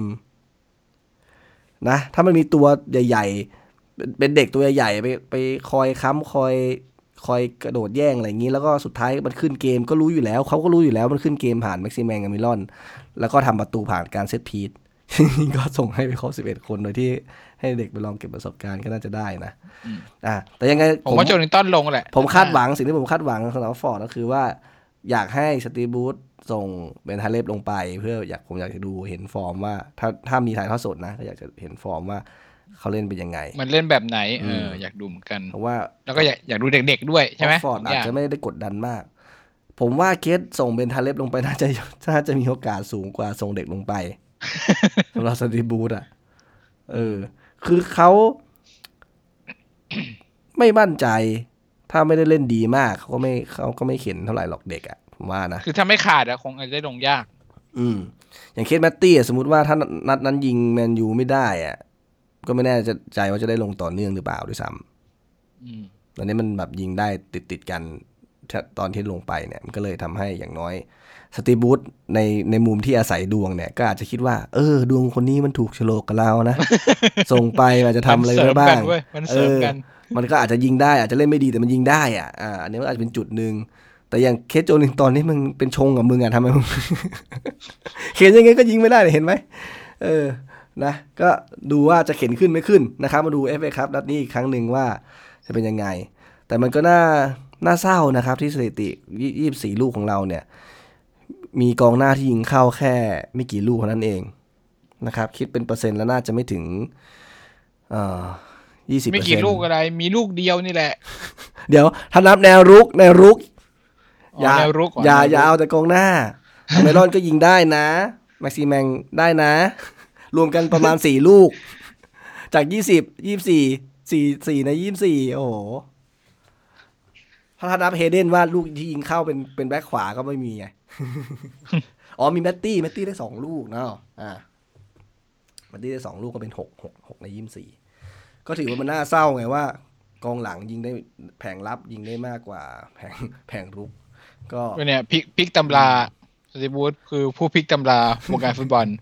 นะถ้ามันมีตัวใหญ่ๆเป็นเด็กตัวใหญ่ๆไปคอยค้ำคอยกระโดดแย่งอะไรอย่างนี้แล้วก็สุดท้ายมันขึ้นเกมก็รู้อยู่แล้วเขาก็รู้อยู่แล้วมันขึ้นเกมผ่านแม็กซิแมงกับมิลอนแล้วก็ทำประตูผ่านการเซตพีซก็ส่งให้ไปครบ11คนโดยที่ให้เด็กไปลองเก็บประสบการณ์ก็น่าจะได้นะแต่ยังไงผมว่าโจลินตันลงแหละผมคาดหวังสิ่งที่ผมคาดหวังสำหรับฟอร์ดก็คือว่าอยากให้สตีฟบูธส่งเบนทาเลฟลงไปเพื่อผมอยากจะดูเห็นฟอร์มว่าถ้ามีถ่ายทอดสดนะก็อยากจะเห็นฟอร์มว่าเขาเล่นเป็นยังไงมันเล่นแบบไหนอยากดูเหมือนกันเพราะว่าแล้วก็อยากดูเด็กๆด้วยใช่ไหมฟอร์ดอาจจะไม่ได้กดดันมากผมว่าเคสส่งเบนทาเลฟลงไปน่าจะมีโอกาสสูงกว่าส่งเด็กลงไปสำหรับสตีฟบูธคือเขาไม่มั่นใจถ้าไม่ได้เล่นดีมากเขาก็ไม่เข็นเท่าไหร่หรอกเด็กผมว่านะคือถ้าไม่ขาดคงอาจจะได้ลงยากอย่างเคสแมตตี้สมมุติว่าถ้านัดนั้นยิงแมนยูไม่ได้ก็ไม่แน่ใจว่าจะได้ลงต่อเนื่องหรือเปล่าด้วยซ้ำตอนนี้มันแบบยิงได้ติดกันตอนที่ลงไปเนี่ยมันก็เลยทำให้อย่างน้อยสตีบูธในมุมที่อาศัยดวงเนี่ยก็อาจจะคิดว่าดวงคนนี้มันถูกโฉลกกับเรานะ ส่งไปอาจจะทำอะไรได้บ้างมันก็อาจจะยิงได้อาจจะเล่นไม่ดีแต่มันยิงได้อันนี้มันอาจจะเป็นจุดนึงแต่อย่างเคสโจลินตันนี่มันเป็นชงกับมึงทำไมมึง เข็นยังไงก็ยิงไม่ได้เห็นไหมนะก็ดูว่าจะเข็นขึ้นไม่ขึ้นนะครับมาดู FA ครับนัดนี้อีกครั้งหนึ่งว่าจะเป็นยังไงแต่มันก็น่าเศร้านะครับที่สถิติ24ลูกของเราเนี่ยมีกองหน้าที่ยิงเข้าแค่ไม่กี่ลูกเท่านั้นเองนะครับคิดเป็นเปอร์เซ็นต์แล้วน่าจะไม่ถึง20% ไม่กี่ลูกอะไรมีลูกเดียวนี่แหละเดี๋ยวถ้านับแนวรุกอย่าเอาแต่กองหน้าเมลอนก็ยิงได้นะแม็กซิแมงได้นะรวมกันประมาณ4ลูกจาก4ใน24โอ้โหถ้านับเฮเดนว่าลูกที่ยิงเข้าเป็นแบ็คขวาก็ไม่มีไงมีแมตตี้ได้2ลูกเนาะแมตตี้ได้2ลูกก็เป็น6ใน24ก็ถือว่ามันน่าเศร้าไงว่ากองหลังยิงได้แผงรับยิงได้มากกว่าแผงรุกก็เนี่ยพลิกตำราสตีฟบูธคือผู้พลิกตำราวงการฟุตบอล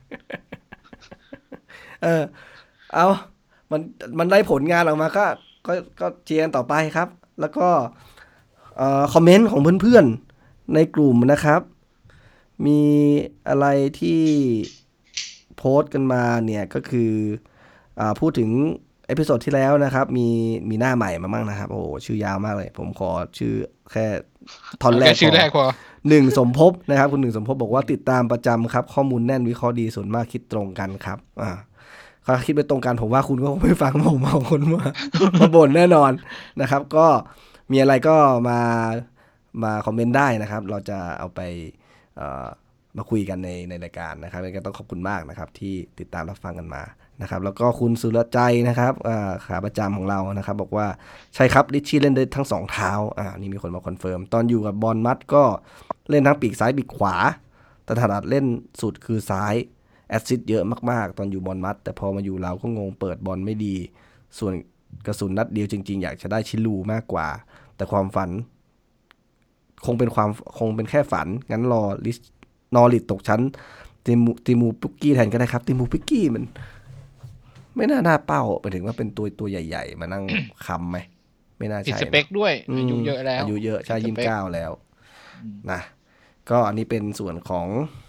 เอามันได้ผลงานออกมาก็เชียร์ต่อไปครับแล้วก็คอมเมนต์ของเพื่อนๆในกลุ่มนะครับมีอะไรที่โพสต์กันมาเนี่ยก็คือพูดถึงเอพิโซดที่แล้วนะครับมีหน้าใหม่มาบ้างนะครับโอ้โหชื่อยาวมากเลยผมขอชื่อแค่ท่อนแรกชื่อแรกพอหนึ่งสมภพนะครับคุณหนึ่งสมภพบอกว่าติดตามประจำครับข้อมูลแน่นวิเคราะห์ดีส่วนมากคิดตรงกันครับถ้าคิดไปตรงกันผมว่าคุณก็คงไม่ฟังผมเอาคนมาบ่นแน่นอนนะครับก็มีอะไรก็มาคอมเมนต์ได้นะครับเราจะเอาไปมาคุยกันในรายการนะครับก็ต้องขอบคุณมากนะครับที่ติดตามรับฟังกันมานะครับแล้วก็คุณสุรใจนะครับขาประจำของเรานะครับบอกว่าใช่ครับลิชชี่เล่นได้ทั้งสองเท้านี่มีคนมาคอนเฟิร์มตอนอยู่กับบอลมัดก็เล่นทั้งปีกซ้ายปีกขวาแต่ถนัดเล่นสุดคือซ้ายแอสซิสต์เยอะมากๆตอนอยู่บอลมัดแต่พอมาอยู่เราก็งงเปิดบอลไม่ดีส่วนกระสุนนัดเดียวจริงๆอยากจะได้ชิลูมากกว่าแต่ความฝันคงเป็นแค่ฝันงั้นรอนอริดตกชั้นติมูปุกกี้แทนก็ได้ครับติมูปุกกี้มันไม่น่าเป้าไปถึงว่าเป็นตัวใหญ่ๆมานั่งคำไหมไม่น่าใช่ติดสเปคด้วยอายุเยอะแล้วอายุเยอะใช่29แล้วนะก็อันนี้เป็นส่วนของ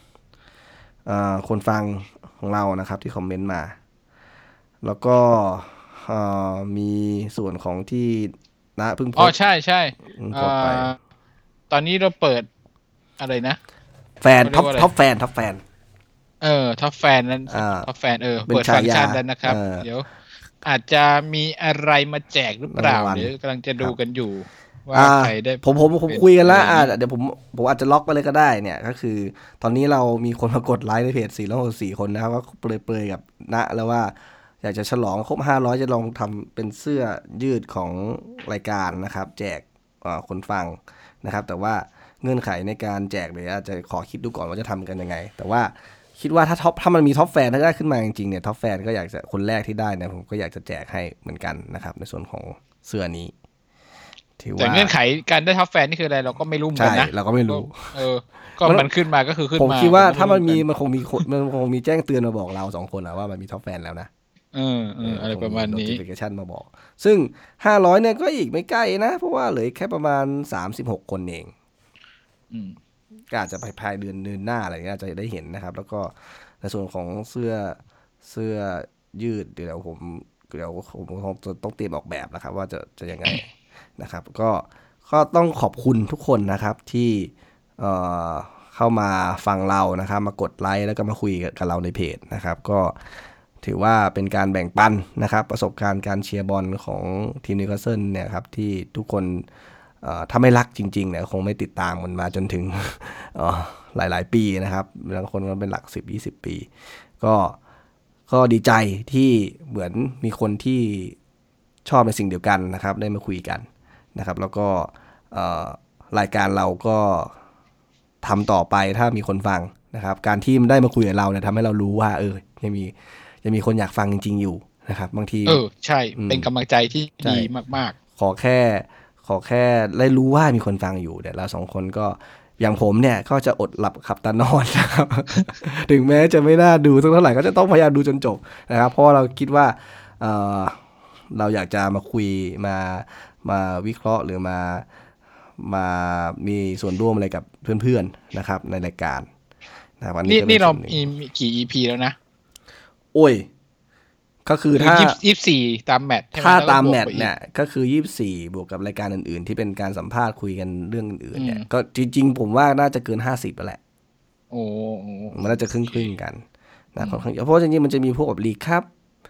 คนฟังของเรานะครับที่คอมเมนต์มาแล้วก็มีส่วนของที่นะเพิ่งใช่ใช่ตอนนี้เราเปิดอะไรนะแฟนท็อปแฟนท็อปแฟนนั้นท็อปแฟนเปิดฟังก์ชันแล้วนะครับเดี๋ยวอาจจะมีอะไรมาแจกหรือเปล่าเดี๋ยวกำลังจะดูกันอยู่ว่าใครได้ผมคุยกันแล้วเดี๋ยวผมอาจจะล็อกไปเลยก็ได้เนี่ยก็คือตอนนี้เรามีคนมากดไลค์ในเพจ464คนนะครับก็เปรยกับณแล้วว่าอยากจะฉลองครบ500จะลองทำเป็นเสื้อยืดของรายการนะครับแจกคนฟังนะครับแต่ว่าเงื่อนไขในการแจกเดี๋ยวอาจจะขอคิดดูก่อนว่าจะทำกันยังไงแต่ว่าคิดว่าถ้ามันมีท็อปแฟนถ้าได้ขึ้นมาจริงๆเนี่ยท็อปแฟนก็อยากจะคนแรกที่ได้เนี่ยผมก็อยากจะแจกให้เหมือนกันนะครับในส่วนของเสื้อนี้แต่เงื่อนไขการได้ท็อปแฟนนี่คืออะไรเราก็ไม่รู้เหมือนกันนะเราก็ไม่รู้ก็มันขึ้นมาก็คือขึ้นมาผมคิดว่าถ้ามันคงมีแจ้งเตือนมาบอกเรา2คนแล้วว่ามันมีท็อปแฟนแล้วนะอะไรประมาณนี้ notification มาบอกซึ่ง500เนี่ยก็อีกไม่ใกล้นะเพราะว่าเหลือแค่ประมาณ36คนเองก็อาจจะภายเดือนหน้าอะไรเงี้ยจะได้เห็นนะครับแล้วก็ในส่วนของเสื้อยืดเดี๋ยวผมต้องเตรียมออกแบบนะครับว่าจะยังไงนะครับก็ต้องขอบคุณทุกคนนะครับที่เข้ามาฟังเรานะครับมากดไลค์แล้วก็มาคุยกับเราในเพจนะครับก็ถือว่าเป็นการแบ่งปันนะครับประสบการณ์การเชียร์บอลของทีมนิวคาสเซิลเนี่ยครับที่ทุกคนถ้าไม่รักจริงๆเนี่ยคงไม่ติดตามมันมาจนถึงหลายๆปีนะครับบางคนก็เป็นหลัก10-20 ปีก็ดีใจที่เหมือนมีคนที่ชอบในสิ่งเดียวกันนะครับได้มาคุยกันนะครับแล้วก็รายการเราก็ทำต่อไปถ้ามีคนฟังนะครับการที่มันได้มาคุยกับเราเนี่ยทำให้เรารู้ว่ายังมีคนอยากฟังจริงๆอยู่นะครับบางทีใช่เป็นกำลังใจที่ดีมากๆขอแค่ได้รู้ว่ามีคนฟังอยู่เดี๋ยวเรา2คนก็อย่างผมเนี่ยก็จะอดหลับขับตานอนนะครับ ถึงแม้จะไม่น่าดูสักเท่าไหร่ก็จะต้องพยายามดูจนจบนะครับเพราะเราคิดว่าเราอยากจะมาคุยมาวิเคราะห์หรือมามีส่วนร่วมอะไรกับเพื่อนๆนะครับในรายการนะวันนี้เรามีกี่ EP แล้วนะโอ้ยก็คือถ้า 24ตามแมตช์ถ้าตามแมตช์เนี่ยก็คือ24บวกกับรายการอื่นๆที่เป็นการสัมภาษณ์คุยกันเรื่องอื่นๆเนี่ยก็จริงๆผมว่าน่าจะเกิน50แล้วแหละโอ้มันน่าจะครึ่งๆกันนะเพราะจริงๆมันจะมีพวกแบบลีกครับ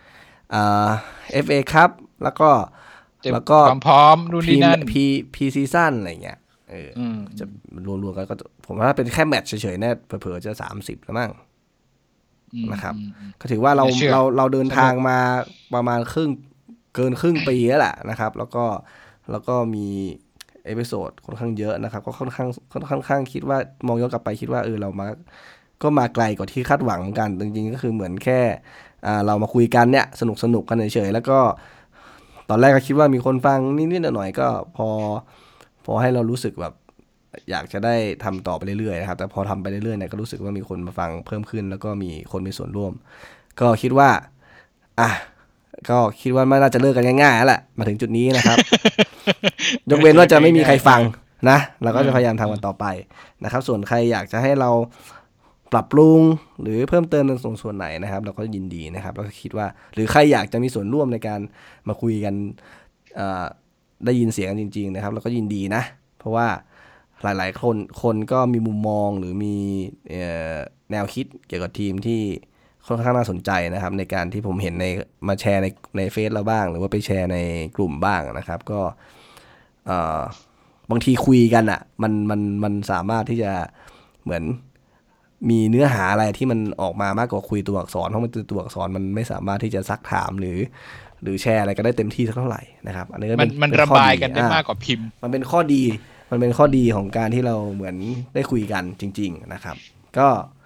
FA ครับแล้วก็ความพร้อมรุ่นนี้นั่นพีซีซั่นอะไรเงี้ยจะรวมๆกันก็ผมว่าเป็นแค่แมตช์เฉยๆเนี่ยเผลอๆจะ30แล้วมั้งนะครับก็ถือว่าเราเดินทางมาประมาณเกินครึ่งปีแล้วแหละนะครับแล้วก็มีเอพิโซดค่อนข้างเยอะนะครับก็ค่อนข้างคิดว่ามองย้อนกลับไปคิดว่าเรามาไกลกว่าที่คาดหวังเหมือนกันจริงๆก็คือเหมือนแค่เรามาคุยกันเนี่ยสนุกกันเฉยๆแล้วก็ตอนแรกก็คิดว่ามีคนฟังนิดๆหน่อยๆก็พอให้เรารู้สึกแบบอยากจะได้ทำต่อไปเรื่อยๆนะครับแต่พอทำไปเรื่อยๆเนี่ยก็รู้สึกว่ามีคนมาฟังเพิ่มขึ้นแล้วก็มีคนมีส่วนร่วมก็คิดว่าไม่น่าจะเลิกกันง่ายๆแล้วแหละมาถึงจุดนี้นะครับ ยกเว้นว่าจะไม่มีใครฟังนะเราก็จะพยายามทำกันต่อไปนะครับส่วนใครอยากจะให้เราปรับปรุงหรือเพิ่มเติมในส่วนไหนนะครับเราก็ยินดีนะครับเราก็คิดว่าหรือใครอยากจะมีส่วนร่วมในการมาคุยกันได้ยินเสียงกันจริงๆนะครับเราก็ยินดีนะเพราะว่าหลายๆคนก็มีมุมมองหรือมีแนวคิดเกี่ยวกับทีมที่ค่อนข้างน่าสนใจนะครับในการที่ผมเห็นมาแชร์ในเฟซเราบ้างหรือว่าไปแชร์ในกลุ่มบ้างนะครับก็บางทีคุยกันอ่ะมันสามารถที่จะเหมือนมีเนื้อหาอะไรที่มันออกมามากกว่าคุยตัวอักษรเพราะมันตัวอักษรมันไม่สามารถที่จะซักถามหรือแชร์อะไรกันได้เต็มที่สักเท่าไหร่นะครับอันนี้ก็มันระบายกันได้มากกว่าพิมพ์มันเป็นข้อดีของการที่เราเหมือนได้คุยกันจริงๆนะครับก็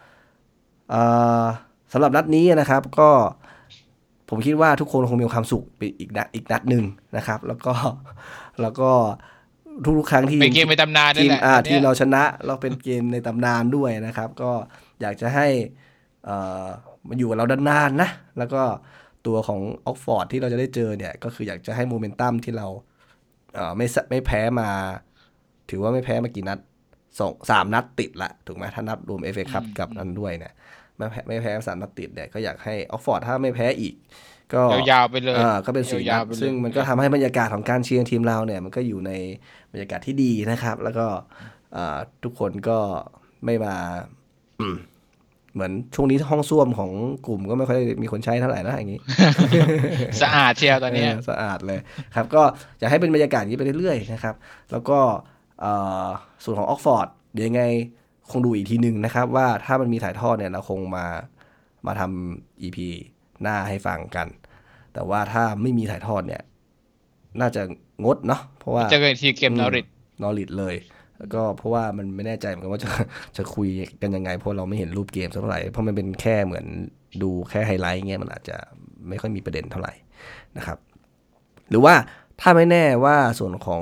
สำหรับนัดนี้นะครับก็ผมคิดว่าทุกคนคงมีความสุขไปอีกนัดนึงนะครับแล้วก็ทุกครั้งที่เป็นเกมในตำนานนั่นแหละที่เราชนะเราเป็นเกมในตำนานด้วยนะครับก็อยากจะให้มาอยู่กับเรานานๆนะแล้วก็ตัวของออกฟอร์ดที่เราจะได้เจอเนี่ยก็คืออยากจะให้โมเมนตัมที่เราไม่แพ้มาถือว่าไม่แพ้มากี่นัด3 นัดติดละถูกไหมถ้านับรวม FA Cup กับนั้นด้วยเนี่ยไม่แพ้3 นัดติดเนี่ยก็อยากให้ออกฟอร์ดถ้าไม่แพ้อีกก็ยาวๆไปเลยก็เป็น4 นัดซึ่งมันก็ทำให้บรรยากาศของการเชียร์ทีมเราเนี่ยมันก็อยู่ในบรรยากาศที่ดีนะครับแล้วก็ทุกคนก็ไม่มาเหมือนช่วงนี้ห้องส้วมของกลุ่มก็ไม่ค่อยมีคนใช้เท่าไหร่นะอย่างนี้สะอาดเชียวตอนนี้สะอาดเลยครับก็อยากให้เป็นบรรยากาศนี้ไปเรื่อยๆนะครับแล้วก็ส่วนของออกฟอร์ดเดี๋ยวยังไงคงดูอีกทีนึงนะครับว่าถ้ามันมีถ่ายทอดเนี่ยเราคงมาทำ EP หน้าให้ฟังกันแต่ว่าถ้าไม่มีถ่ายทอดเนี่ยน่าจะงดเนาะเพราะว่าจะเป็นทีเกมนอริทเลยแล้วก็เพราะว่ามันไม่แน่ใจเหมือนกันว่าจะคุยกันยังไงเพราะเราไม่เห็นรูปเกมสักเท่าไหร่เพราะมันเป็นแค่เหมือนดูแค่ไฮไลท์เงี้ยมันอาจจะไม่ค่อยมีประเด็นเท่าไหร่นะครับหรือว่าถ้าไม่แน่ว่าส่วนของ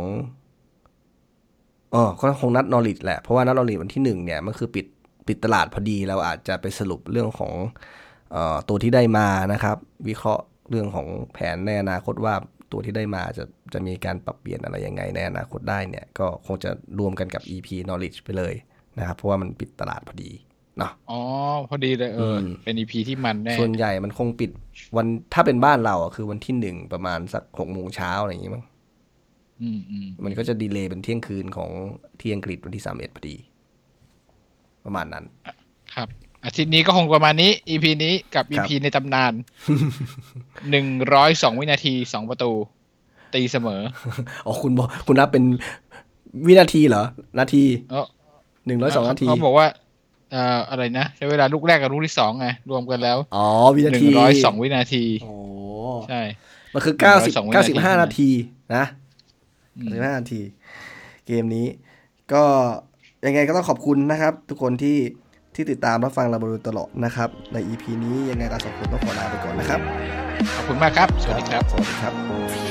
ก็คงนัดนอริทแหละเพราะว่านัดนอริทวันที่1เนี่ยมันคือปิดตลาดพอดีเราอาจจะไปสรุปเรื่องของตัวที่ได้มานะครับวิเคราะห์เรื่องของแผนในอนาคตว่าตัวที่ได้มาจะมีการปรับเปลี่ยนอะไรยังไงในอนาคตได้เนี่ยก็คงจะรวมกันกับ EP Knowledge ไปเลยนะครับเพราะว่ามันปิดตลาดพอดีเนาะพอดีเลยเป็น EP ที่มันแน่ส่วนใหญ่มันคงปิดวันถ้าเป็นบ้านเราคือวันที่1ประมาณสัก 6:00 นอะไรอย่างงี้มั้งมันก็จะดีเลย์เป็นเที่ยงคืนของที่อังกฤษวันที่31พอดีประมาณนั้นครับอาทิตย์นี้ก็คงประมาณนี้ EP นี้กับ EP ในตำนาน102 วินาที2 ประตูตีเสมอคุณนับเป็นวินาทีเหรอนาที102 นาทีเขาบอกว่าอะไรนะใช้เวลาลูกแรกกับลูกที่2ไงรวมกันแล้ววินาที 102 วินาทีใช่มันคือ95 นาทีนะ95 นาทีเกมนี้ก็ยังไงก็ต้องขอบคุณนะครับทุกคนที่ติดตามรับฟังเรามาโดยตลอดนะครับใน EP นี้ยังไงเรา2 คนต้องขอลาไปก่อนนะครับขอบคุณมากครับสวัสดีครับสวัสดีครับ